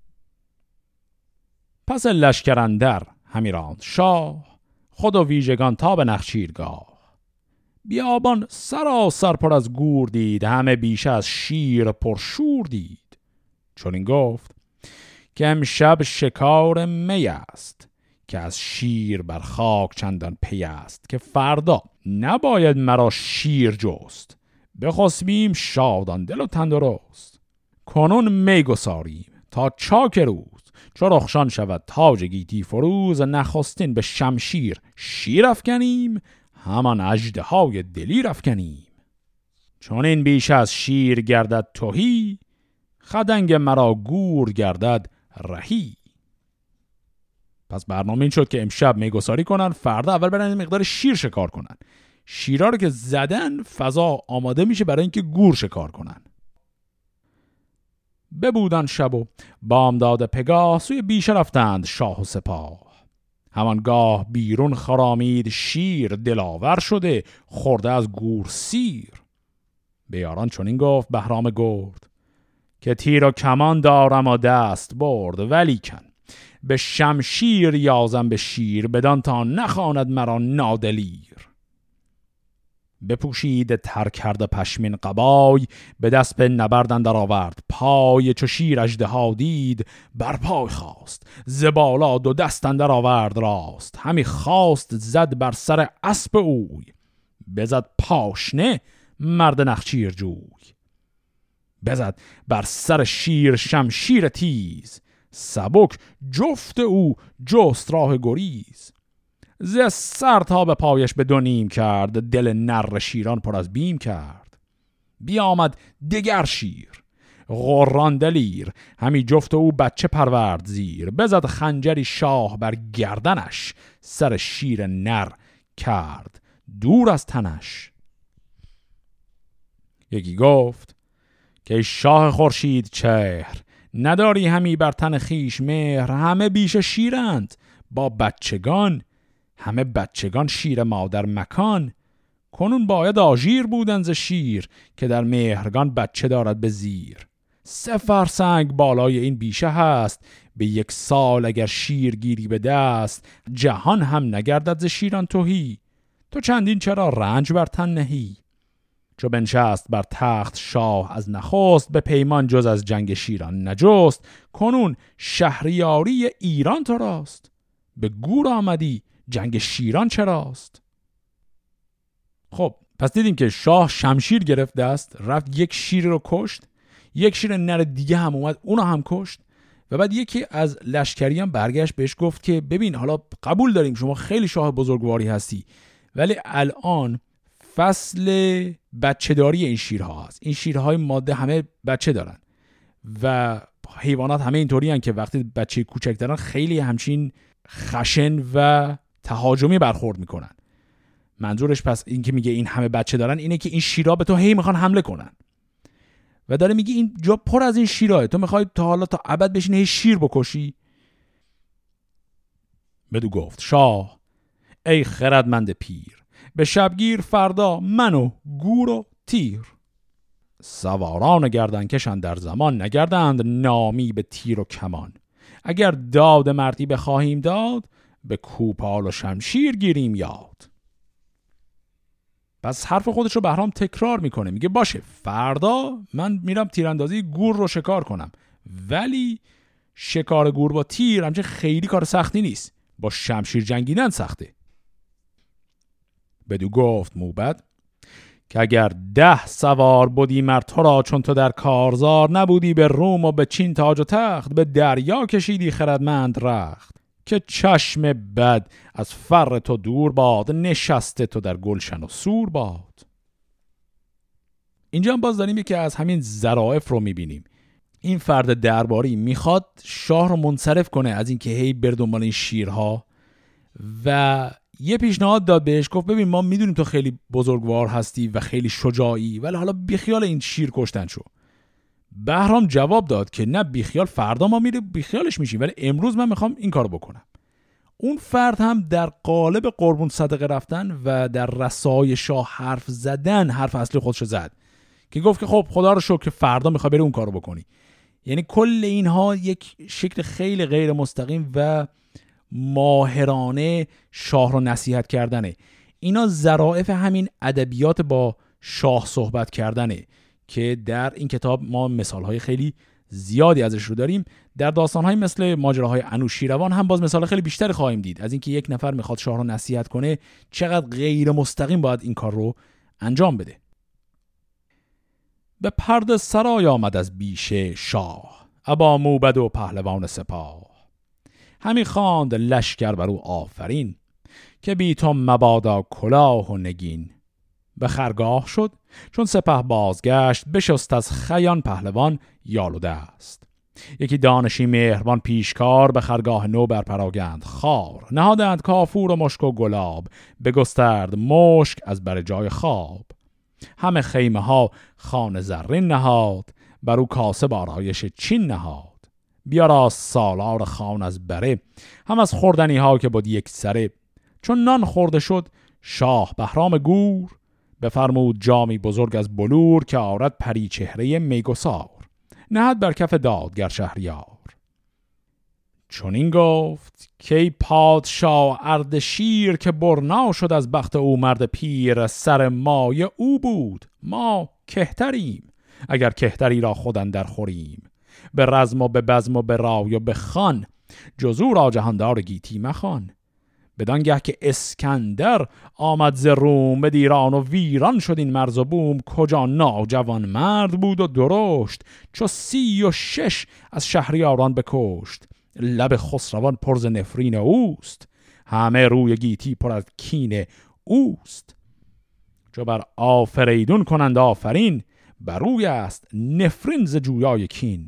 [SPEAKER 1] پس لشکر اندر همی راند شاه، خود و ویژگان تا به نخچیرگاه. بیابان سراسر پر از گور دید، همه بیشه از شیر پرشور دید. چون این گفت که امشب شکار می است، که از شیر بر خاک چندان پی است. که فردا نباید مرا شیر جست، بخسبیم شادان دل و تندرست. کنون می گساریم تا چاک روز، چو رخشان شود تاج گیتی فروز. نخستین به شمشیر شیر افکنیم، همان اژدهای دلیر افکنیم. چون این بیش از شیر گردد تهی، خدنگ مرا گور گردد رهی. پس برنامه این شد که امشب میگساری کنن، فردا اول برن مقدار شیر شکار کنن. شیرها رو که زدن فضا آماده میشه برای اینکه گور شکار کنن. ببودن شب و بامداد پگاه، سوی بیشه رفتند شاه و سپاه. همانگاه بیرون خرامید شیر، دلاور شده خورده از گور سیر. به یاران چنین گفت بهرام گرد، که تیر و کمان دارم و دست برد. ولیکن به شمشیر یازم به شیر، بدان تا نخواند مرا نادلیر. بپوشید تر کرده پشمین قبای، به دست به نبرد اندر آورد پای. چو شیر اژدها دید بر پای خواست، ز بالا دو دست اندر آورد راست. همی خواست زد بر سر اسب اوی، بزد پاشنه مرد نخچیر جوی. بزد بر سر شیر شمشیر تیز، سبک جفت او جست راه گریز. ز سر تا به پایش به دو نیم کرد، دل نر شیران پر از بیم کرد. بیامد دگر شیر غران دلیر، همی جفت او بچه پرورد زیر. بزد خنجری شاه بر گردنش، سر شیر نر کرد دور از تنش. یکی گفت که شاه خورشید چهر، نداری همی بر تن خیش مهر. همه بیش شیرند با بچگان، همه بچگان شیر مادر مکان. کنون باید آژیر بودن ز شیر، که در مهرگان بچه دارد به زیر. سه فرسنگ بالای این بیشه هست، به یک سال اگر شیر گیری به دست. جهان هم نگردد ز شیران تهی، تو چندین چرا رنج بر تن نهی. چو بنشست بر تخت شاه از نخست، به پیمان جز از جنگ شیران نجست. کنون شهریاری ایران تو راست، به گور آمدی جنگ شیران چراست. خب پس دیدیم که شاه شمشیر گرفت دست، رفت یک شیر رو کشت. یک شیر نر دیگه هم اومد اونو هم کشت و بعد یکی از لشکریان برگشت بهش گفت که ببین حالا قبول داریم شما خیلی شاه بزرگواری هستی، ولی الان فصل بچه داری این شیرها هست. این شیرهای ماده همه بچه دارن و حیوانات همه اینطوری هن که وقتی بچه کوچک دارن خیلی همچین خشن و تهاجمی برخورد میکنن. منظورش پس این که میگه این همه بچه دارن اینه که این شیرها به تو هی میخوان حمله کنن و داره میگه این جا پر از این شیرها، تو میخوای تا حالا تا ابد بشین هی شیر بکشی؟ بدو گفت شاه ای خردمند پیر، به شبگیر فردا من و گور و تیر. سواران گردن کشن در زمان، نگردند نامی به تیر و کمان. اگر داد مردی بخواهیم داد، به کوپال و شمشیر گیریم یاد. پس حرف خودش رو بهرام تکرار میکنه، میگه باشه فردا من میرم تیراندازی گور رو شکار کنم، ولی شکار گور با تیر همچه خیلی کار سختی نیست، با شمشیر جنگیدن سخته. بدو گفت موبد که اگر ده سوار بودی مر تو را چون تو در کارزار نبودی، به روم و به چین تاج و تخت، به دریا کشیدی خردمند رخت. که چشم بد از فر تو دور باد، نشسته تو در گلشن و سور باد. اینجا هم باز داریم که از همین ظرافت رو میبینیم. این فرد درباری میخواد شاه رو منصرف کنه از این که هی بر دنبال این شیرها و یه پیشنهاد داد بهش، گفت ببین ما میدونیم تو خیلی بزرگوار هستی و خیلی شجاعی، ولی حالا بیخیال این شیر کشتن شو. بهرام جواب داد که نه بیخیال، فردا ما میره بیخیالش میشیم، ولی امروز من میخوام این کارو بکنم. اون فرد هم در قالب قربون صدقه رفتن و در رسای شاه حرف زدن حرف اصلی خودشو زد که گفت که خب خدا رو شکر فردا میخوای بری اون کارو بکنی. یعنی کل اینها یک شکل خیلی غیر مستقیم و ماهرانه شاه رو نصیحت کردنه. اینا ظرافت همین ادبیات با شاه صحبت کردنه که در این کتاب ما مثالهای خیلی زیادی ازش رو داریم. در داستانهای مثل ماجراهای انوشیروان هم باز مثال خیلی بیشتر خواهیم دید از اینکه یک نفر میخواد شاه رو نصیحت کنه چقدر غیر مستقیم باید این کار رو انجام بده. به پرده سرای آمد از بیشه شاه، ابا موبد و پهلوان سپاه. همی خواند لشکر بر او آفرین، که بی تو مبادا کلاه و نگین. به خرگاه شد چون سپه بازگشت، بشست از خیان پهلوان یال و دست. یکی دانشی مهربان پیشکار، به خرگاه نو بر پراگند خار. نهادند کافور و مشک و گلاب، بگسترد مشک از بر جای خواب. همه خیمه ها خان زرین نهاد، بر او کاسه بارایش چین نهاد. بیاراست سالار خان از بره، هم از خوردنی ها که بود یک سره. چون نان خورده شد شاه بهرام گور، بفرمود جامی بزرگ از بلور، که آرد پری چهره میگسار. نهد بر کف دادگر شهریار. چون این گفت که ای پادشاه اردشیر، که برنا شد از بخت او مرد پیر. سر مایه او بود ما کهتریم، اگر کهتری را خودن در خوریم. به رزم و به بزم و به رای و به خان، جزو را جهاندار گیتی مخان. بدانگه که اسکندر آمد ز روم، به دیران و ویران شد این مرز و بوم. کجا ناجوان مرد بود و درشت، چو سی و شش از شهریاران بکشت. لب خسروان پر ز نفرین اوست، همه روی گیتی پر از کین اوست. چو بر آفریدون کنند آفرین، بروی است نفرین ز جویای کین.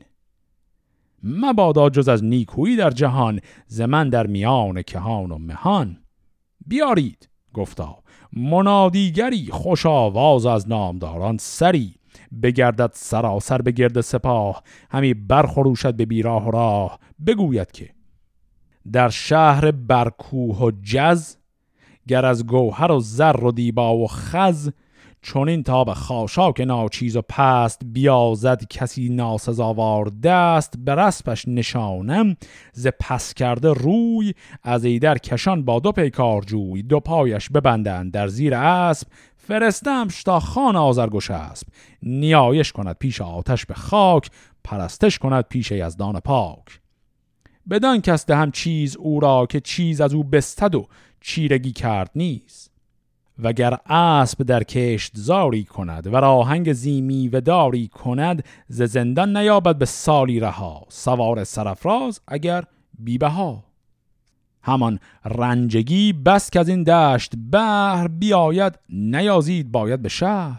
[SPEAKER 1] مبادا جز از نیکویی در جهان، ز من در میان کهان و مهان. بیارید گفتا منادیگری، خوش آواز از نامداران سری. بگردد سراسر به گرد سپاه، همی برخروشد به بیراه و راه. بگوید که در شهر برکوه و جز، گر از گوهر و زر و دیبا و خز. چون این تا به خاشاک ناچیز و پست، بیازد کسی ناسزاوار دست. به رسپش نشانم ز پس کرده روی، از ایدر کشان با دو پیکار جوی. دو پایش ببندند در زیر اسب، فرستمش تا خان آذرگوش اسب. نیایش کند پیش آتش به خاک، پرستش کند پیش یزدان پاک. بدان کس دهم چیز او را، که چیز از او بستد و چیرگی کرد نیست. وگر اسب در کشت زاری کند و راهنگ زیمی و داری کند ز زندان نیابد به سالی رها سوار سرافراز اگر بی‌بها. همان رنجگی بس که از این دشت بحر بیاید نیازید باید به شهر.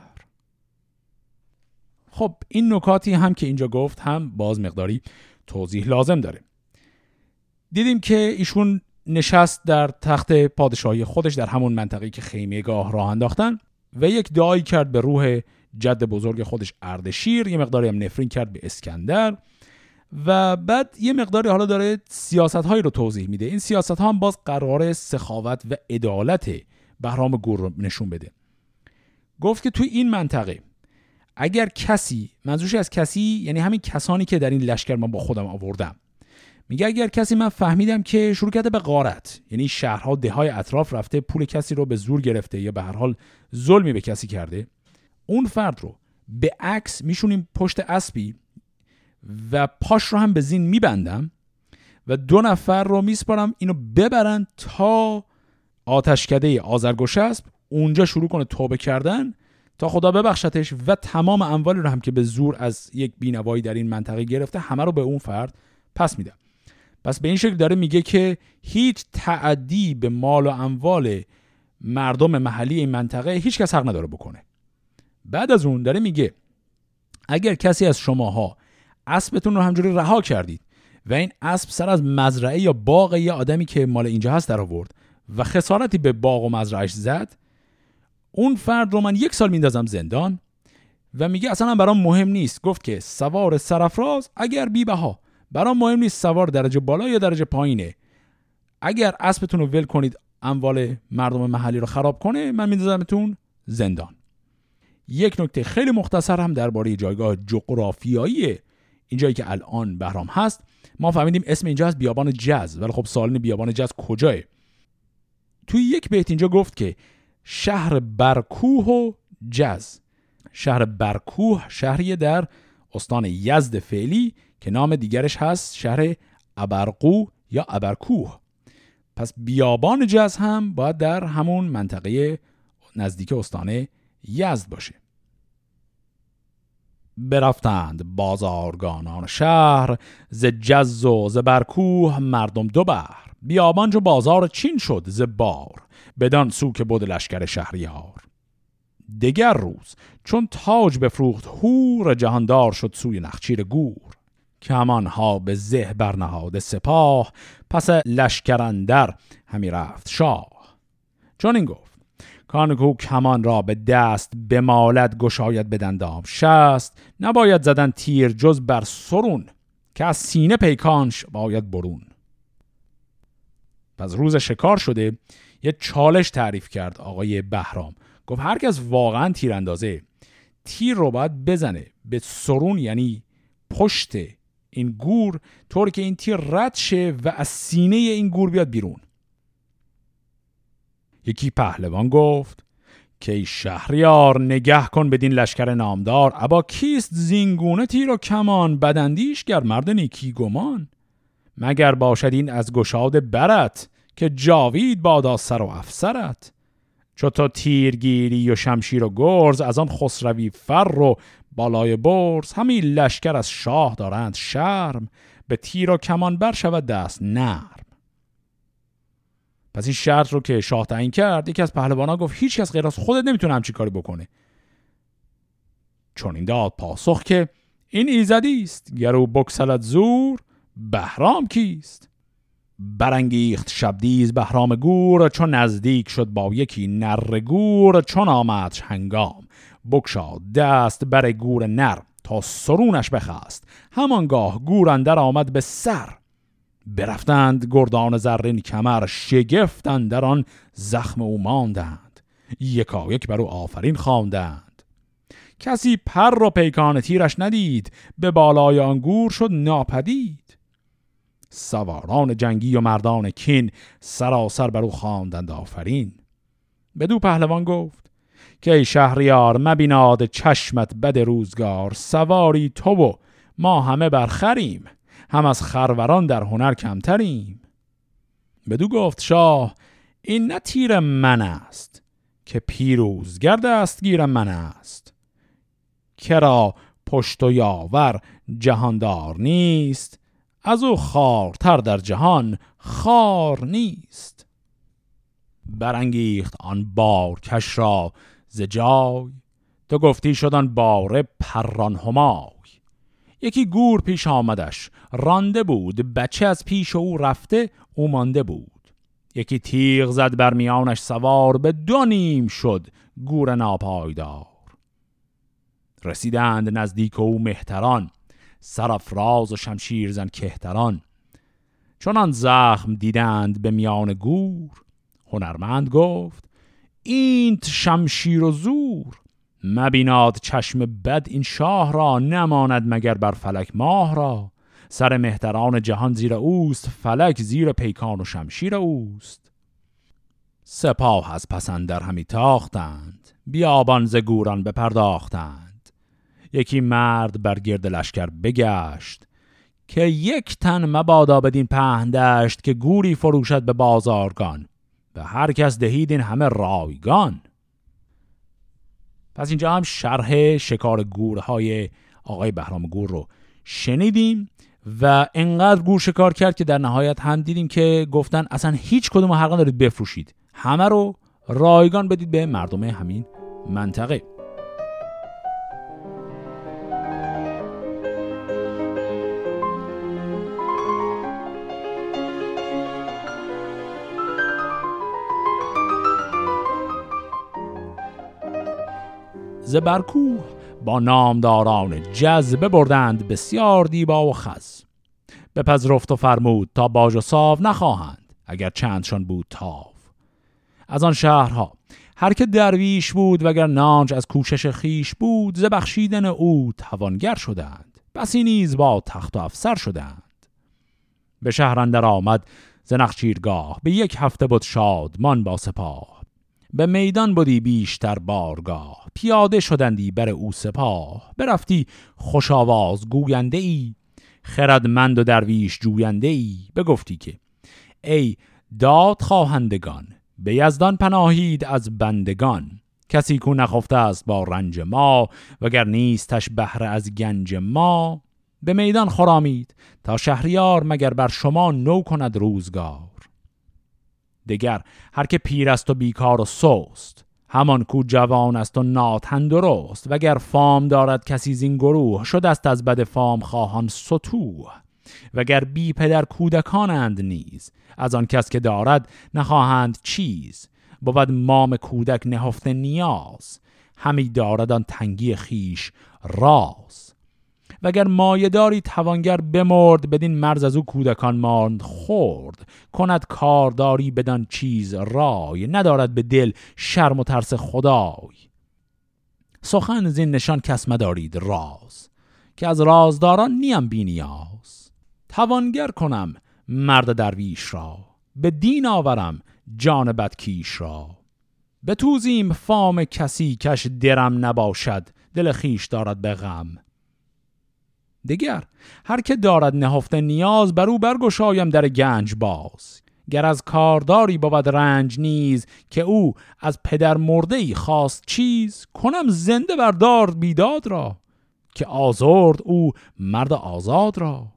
[SPEAKER 1] خب این نکاتی هم که اینجا گفت هم باز مقداری توضیح لازم داره. دیدیم که ایشون نشست در تخت پادشاهی خودش در همون منطقه‌ای که خیمه‌گاه راه انداختن و یک دعایی کرد به روح جد بزرگ خودش اردشیر، یه مقداری هم نفرین کرد به اسکندر و بعد یه مقداری حالا داره سیاست‌هایی رو توضیح میده. این سیاست‌ها هم باز قراره سخاوت و عدالت بهرام گور رو نشون بده. گفت که توی این منطقه اگر کسی، منظورش از کسی یعنی همین کسانی که در این لشکر من با خودم آوردم، میگه اگر کسی من فهمیدم که شروع کرده به غارت، یعنی شهرها دههای اطراف رفته پول کسی رو به زور گرفته یا به هر حال ظلمی به کسی کرده، اون فرد رو به عکس میشونیم پشت اسبی و پاش رو هم به زین میبندم و دو نفر رو میسپارم اینو ببرن تا آتشکده آذرگشسب اونجا شروع کنه توبه کردن تا خدا ببخشتش و تمام اموالی رو هم که به زور از یک بینوایی در این منطقه گرفته همه رو به اون فرد پس میدم. پس به این شکل داره میگه که هیچ تعدی به مال و اموال مردم محلی این منطقه هیچ کس حق نداره بکنه. بعد از اون داره میگه اگر کسی از شماها اسبتون رو همجوری رها کردید و این اسب سر از مزرعه یا باغ یه آدمی که مال اینجا هست در آورد و خسارتی به باغ و مزرعهش زد، اون فرد رو من یک سال میندازم زندان و میگه اصلا برام مهم نیست. گفت که سوار سرافراز اگر بی‌بها، برام مهم نیست سوار درجه بالا یا درجه پایینه، اگر اسبتون رو ول کنید اموال مردم محلی رو خراب کنه من میندازمتون زندان. یک نکته خیلی مختصر هم درباره جایگاه جغرافیایی این جایی که الان بهرام هست. ما فهمیدیم اسم اینجا هست بیابان جز، ولی خب سوال اینه بیابان جز کجاه؟ توی یک بیت اینجا گفت که شهر برکوه و جز. شهر برکوه شهریه در استان یزد فعلی که نام دیگرش هست شهر ابرقو یا ابرکوه. پس بیابان جز هم باید در همون منطقه نزدیک استان یزد باشه. برفتند بازارگانان شهر ز جز و ز برکوه مردم دو بحر بیابان جو بازار چین شد ز بار بدان سو که بود لشکر شهریار. دگر روز چون تاج بفروخت هور جهاندار شد سوی نخچیر گور کمانها به زه برنهاد سپاه پس لشکر اندر همی رفت شاه. چون این گفت کانکو کمان را به دست بمالد گشاید بدندام شست نباید زدن تیر جز بر سرون که از سینه پیکانش باید برون. پس روز شکار شده یه چالش تعریف کرد آقای بهرام. گفت هر کس واقعا تیر اندازه تیر رو باید بزنه به سرون یعنی پشت این گور طوری که این تیر رد شه و از سینه این گور بیاد بیرون. یکی پهلوان گفت که ای شهریار نگه کن بدین لشکر نامدار ابا کیست زینگونه تیر و کمان بدندیش گر مرد نیکی گمان مگر باشد این از گشاد برت که جاوید بادا سر و افسرت چو تو تیرگیری و شمشیر و گرز از آن خسروی فر و بالای برز همین لشکر از شاه دارند شرم به تیر و کمان بر شود دست نرم. پس این شرط رو که شاه تعیین کرد یکی از پهلوانا گفت هیچ کس غیر از خودت نمیتونه همچین کاری بکنه. چون این داد پاسخ که این ایزدی است گر او بگسلد زور بهرام کیست. برانگیخت شبدیز بهرام گور چون نزدیک شد با یکی نر گور چون آمدش هنگام بگشاد دست بر گور نر تا سرونش بخست همانگاه گور اندر آمد به سر برفتند گردان زرین کمر شگفتند در آن زخم او ماندند یکا یک بر او آفرین خواندند کسی پر و پیکان تیرش ندید به بالای آن گور شد ناپدید سواران جنگی و مردان کین سراسر بر او خواندند آفرین. بدو پهلوان گفت که ای شهریار مبیناد چشمت بد روزگار سواری تو و ما همه برخریم هم از خروران در هنر کمتریم. بدو گفت شاه این نه تیر من است که پیروزگر دستگیر من است. کرا پشت و یاور جهاندار نیست، از او خوارتر در جهان خار نیست. برانگیخت آن بارکش را ز جای، تو گفتی شدن باره پران همای. یکی گور پیش آمدش رانده بود، بچه از پیش او رفته او مانده بود. یکی تیغ زد بر میانش سوار، به دو نیم شد گور ناپایدار. رسیدند نزدیک او مهتران، سرافراز و شمشیر زن کهتران. چنان زخم دیدند به میان گور، هنرمند گفت اینت شمشیر و زور. مبیناد چشم بد این شاه را، نماند مگر بر فلک ماه را. سر مهتران جهان زیر اوست، فلک زیر پیکان و شمشیر اوست. سپاه از پسندر همی تاختند، بیابان ز گوران بپرداختند. یکی مرد بر گرد لشکر بگشت، که یک تن مبادا بدین پهن دشت. که گوری فروشد به بازارگان، به هر کس دهید این همه رایگان. پس اینجا هم شرح شکار گورهای آقای بهرام گور رو شنیدیم و انقدر گور شکار کرد که در نهایت هم دیدیم که گفتن اصلا هیچ کدوم حقا دارید بفروشید، همه رو رایگان بدید به مردم همین منطقه. زبرکوه با نامداران جذبه بردند بسیار دیبا و خز. بپذرفت و فرمود تا باج و ساو نخواهند، اگر چندشان بود تاو. از آن شهرها هر که درویش بود، وگر نانج از کوشش خیش بود. ز بخشیدن او توانگر شدند، بسی نیز با تخت و افسر شدند. به شهر اندر آمد ز نخچیرگاه، به یک هفته بود شادمان با سپاه. به میدان بودی بیشتر بارگاه، پیاده شدندی بر او سپاه. برفتی خوش آواز گوینده ای، خردمند و درویش جوینده ای. بگفتی که ای داد خواهندگان، به یزدان پناهید از بندگان. کسی کو نخفته است با رنج ما، وگر نیستش بهره از گنج ما. به میدان خرامید تا شهریار، مگر بر شما نو کند روزگار. دگر هر که پیر است و بیکار و سست، همان کو جوان است و ناتندرست. وگر فام دارد کسی زین گروه، شد است از بد فام خواهان ستوه. وگر بی پدر کودکانند نیز، از آن کس که دارد نخواهند چیز. بود مام کودک نهفته نیاز، همی دارد آن تنگی خیش راز. وگر مایه‌داری توانگر بمرد، بدین مرز از او کودکان ماند خورد. کند کارداری بدان چیز رای، ندارد به دل شرم و ترس خدای. سخن زین نشان کس مدارید راز، که از رازداران نیم بی نیاز. توانگر کنم مرد درویش را، به دین آورم جان بدکیش را. به توزیم فام کسی کش درم نباشد، دل خیش دارد به غم. دیگر هر که دارد نهفته نیاز، بر او برگشایم در گنج باز. گر از کارداری بود رنج نیز، که او از پدر مرده‌ای خواست چیز. کنم زنده بردار بیداد را، که آزرد او مرد آزاد را.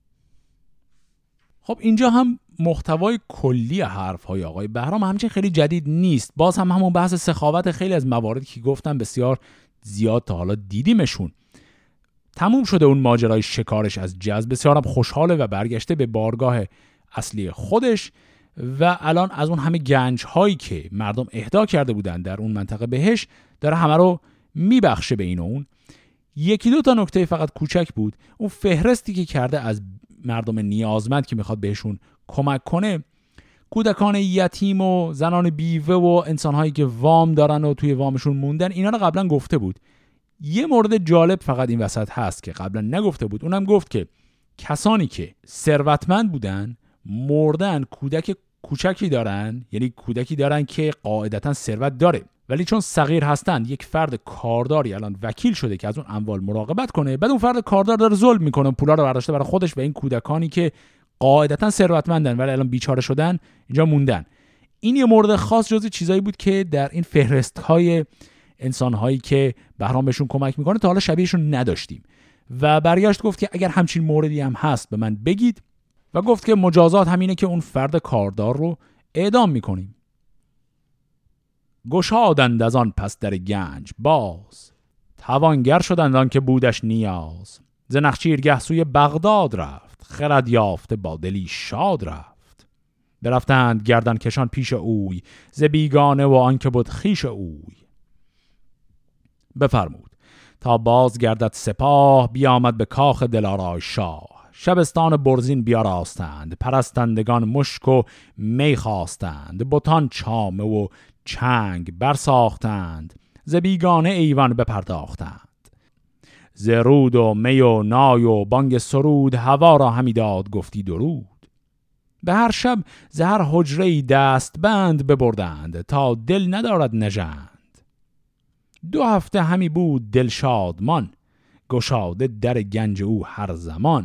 [SPEAKER 1] خب اینجا هم محتوای کلی حرف‌های آقای بهرام همچنین خیلی جدید نیست. باز هم همون بحث سخاوت، خیلی از مواردی که گفتم بسیار زیاد تا حالا دیدیمشون. تموم شده اون ماجرای شکارش از جز، بسیارم خوشحاله و برگشته به بارگاه اصلی خودش و الان از اون همه گنج هایی که مردم اهدا کرده بودن در اون منطقه بهش داره همه رو میبخشه به این و اون. یکی دو تا نکته فقط کوچک بود. اون فهرستی که کرده از مردم نیازمند که میخواد بهشون کمک کنه، کودکان یتیم و زنان بیوه و انسانهایی که وام دارن و توی وامشون موندن، اینا رو قبلا گفته بود. یه مورد جالب فقط این وسط هست که قبلا نگفته بود. اونم گفت که کسانی که ثروتمند بودن مردن، کودک کوچکی دارن، یعنی کودکی دارن که قاعدتا ثروت داره ولی چون صغیر هستن، یک فرد کارداری الان وکیل شده که از اون اموال مراقبت کنه. بعد اون فرد کاردار داره ظلم میکنه، پولا رو برداشته برای خودش و این کودکانی که قاعدتا ثروتمندن ولی الان بیچاره شدن اینجا موندن. این یه مورد خاص جزو چیزایی بود که در این فهرست‌های انسان‌هایی که بهرام بهشون کمک میکنه تا حالا شبیهشون نداشتیم و برگشت گفت که اگر همچین موردی هم هست به من بگید و گفت که مجازات همینه که اون فرد کاردار رو اعدام میکنیم. گشادند از آن پس در گنج باز، توانگر شدند آن که بودش نیاز. ز نخچیرگه سوی بغداد رفت، خرد یافته با دلی شاد رفت. برفتند گردن کشان پیش اوی، ز بیگانه و آن که بود خویش اوی. بفرمود تا باز گردد سپاه، بیامد به کاخ دلارای شاه. شبستان برزین بیاراستند، پرستندگان مشک و می خواستند. بتان چامه و چنگ برساختند، ز بیگانه ایوان بپرداختند. ز رود و می و نای و بانگ سرود، هوا را همی داد گفتی درود. به هر شب ز هر حجره‌ای دست بند ببردند، تا دل ندارد نژند. دو هفته همی بود دل شادمان، گشاده در گنج او هر زمان.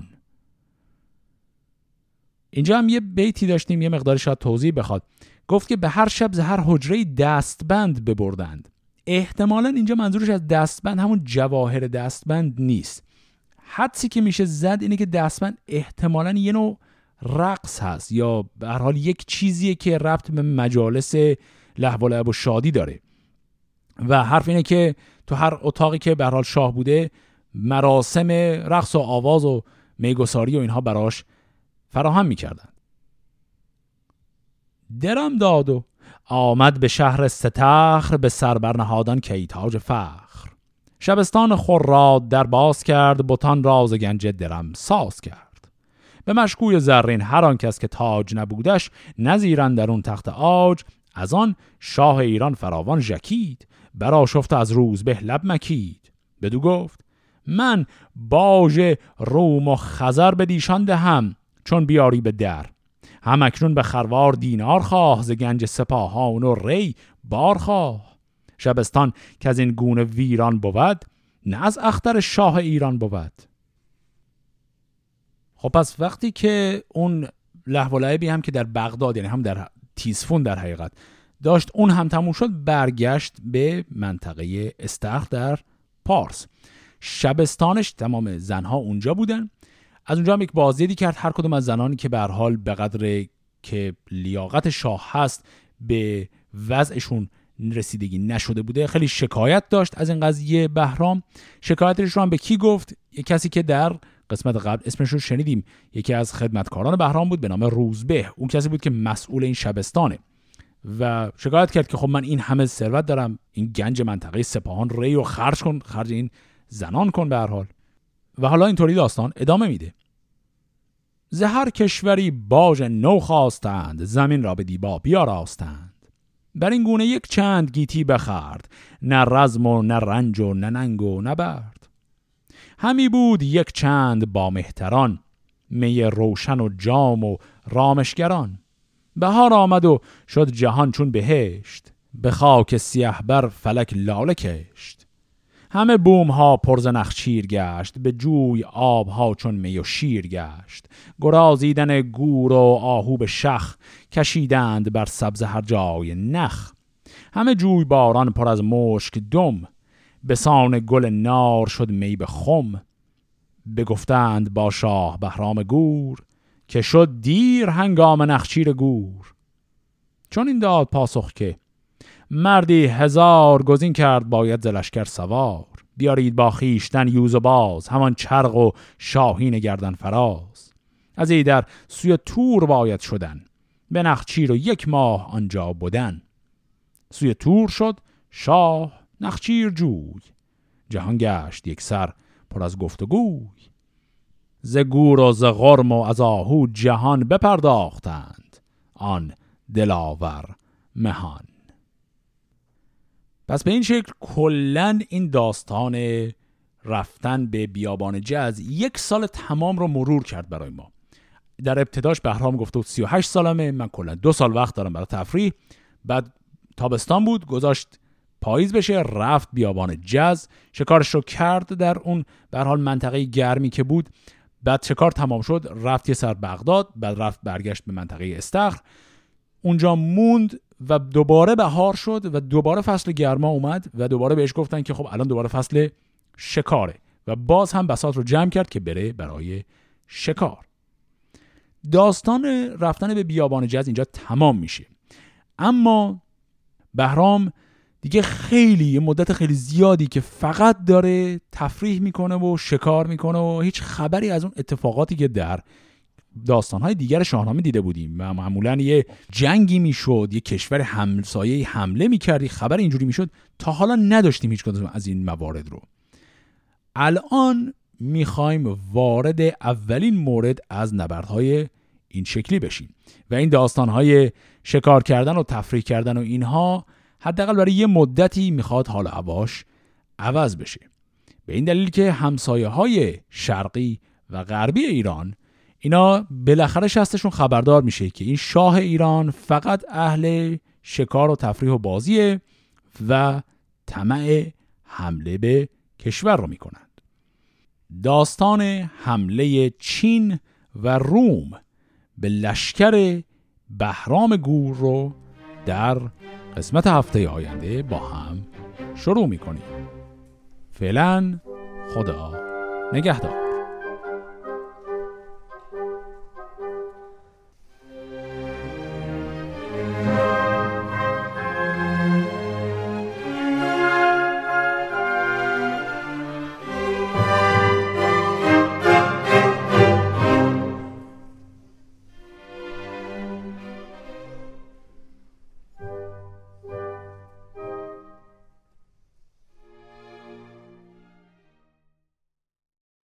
[SPEAKER 1] اینجا هم یه بیتی داشتیم یه مقداری شاید توضیح بخواد. گفت که به هر شب ز هر حجره‌ای دستبند ببردند. احتمالاً اینجا منظورش از دستبند همون جواهر دستبند نیست. حدسی که میشه زد اینه که دستبند احتمالاً یه نوع رقص هست یا به هر حال یک چیزیه که ربط به مجالس لهو و لعب و شادی داره و حرف اینه که تو هر اتاقی که به هر حال شاه بوده مراسم رقص و آواز و میگساری و اینها براش فراهم میکردن. درم داد و آمد به شهر ستخر، به سر برنهادان کیتاج فخر. شبستان خراد در باز کرد، بتان راز گنج درم ساز کرد. به مشکوی زرین هر آن کس که تاج نبودش، نزیرن در اون تخت آج. از آن شاه ایران فراوان ژکید، برآشفت از روز به لب مکید. بدو گفت من باژ روم و خزر به دیشان دهم، چون بیاری به در. هم اکنون به خروار دینار خواه، ز گنج سپاهان و ری بار خواه. شبستان که از این گونه ویران بود، نه از اختر شاه ایران بود. خب پس وقتی که اون لهو و لعبی هم که در بغداد، یعنی هم در تیزفون در حقیقت داشت، اون هم تموم شد، برگشت به منطقه استخر در پارس. شبستانش تمام زنها اونجا بودن. از اونجا هم یک بازدیدی کرد. هر کدوم از زنانی که به هر حال به قدر که لیاقت شاه هست به وضعشون رسیدگی نشده بوده، خیلی شکایت داشت از این قضیه بهرام. شکایتش رو هم به کی گفت؟ یک کسی که در قسمت قبل اسمش رو شنیدیم، یکی از خدمتکاران بهرام بود به نام روزبه. اون کسی بود که مسئول این شبستانه و شکایت کرد که خب من این همه ثروت دارم، این گنج منطقه سپاهان ری و خرج کن، خرج این زنان کن به هر حال. و حالا اینطوری داستان ادامه میده. ز هر کشوری باژ نو خواستند، زمین را به دیبا بیاراستند. بر این گونه یک چند گیتی بخورد، نه رزم و نه رنج و نه ننگ و نه برد. همی بود یک چند با مهتران، می روشن و جام و رامشگران. بهار آمد و شد جهان چون بهشت، به خاک سیه بر فلک لاله کشت. همه بوم ها پر ز نخچیر گشت، به جوی آب ها چون می و شیر گشت. گرازیدن گور و آهو به شخ، کشیدند بر سبز هر جای نخ. همه جوی باران پر از مشک دم، به سان گل نار شد می به خم. بگفتند با شاه بهرام گور، که شد دیر هنگام نخچیر گور. چون این داد پاسخ که مردی هزار، گزین کرد باید ز لشکر سوار. بیارید با خویشتن یوز و باز، همان چرغ و شاهین گردن فراز. از ایدر سوی تور باید شدن، به نخچیر و یک ماه آنجا بودن. سوی تور شد شاه نخچیر جوی، جهان گشت یک سر پر از گفت و گوی. ز گور و ز غرم و از آهو جهان، بپرداختند آن دلاور مهان. پس به این شکل کلن این داستان رفتن به بیابان جز یک سال تمام رو مرور کرد برای ما. در ابتداش بهرام گفته بود سی و هشت سالمه، من کلن دو سال وقت دارم برای تفریح. بعد تابستان بود، گذاشت پاییز بشه، رفت بیابان جز، شکارش رو کرد در اون به هر حال منطقه گرمی که بود. بعد شکار تمام شد، رفت یه سر بغداد، بعد رفت برگشت به منطقه استخر، اونجا موند و دوباره بهار شد و دوباره فصل گرما اومد و دوباره بهش گفتن که خب الان دوباره فصل شکاره و باز هم بساط رو جمع کرد که بره برای شکار. داستان رفتن به بیابان جز اینجا تمام میشه. اما بهرام دیگه خیلی یه مدت خیلی زیادی که فقط داره تفریح میکنه و شکار میکنه و هیچ خبری از اون اتفاقاتی که در داستانهای دیگر شاهنامه دیده بودیم و معمولا یه جنگی میشد، یه کشور همسایه حمله میکردی، خبر اینجوری میشد، تا حالا نداشتیم هیچ کدوم از این موارد رو. الان میخوایم وارد اولین مورد از نبردهای این شکلی بشیم و این داستانهای شکار کردن و تفریح کردن و اینها حداقل برای یه مدتی میخواد حال و هواش عوض بشه. به این دلیل که همسایه‌های شرقی و غربی ایران اینا بالاخره شستشون خبردار میشه که این شاه ایران فقط اهل شکار و تفریح و بازیه و طمع حمله به کشور رو میکنند. داستان حمله چین و روم به لشکر بهرام گور رو در قسمت هفته آینده با هم شروع میکنیم. فعلا خدا نگهدار.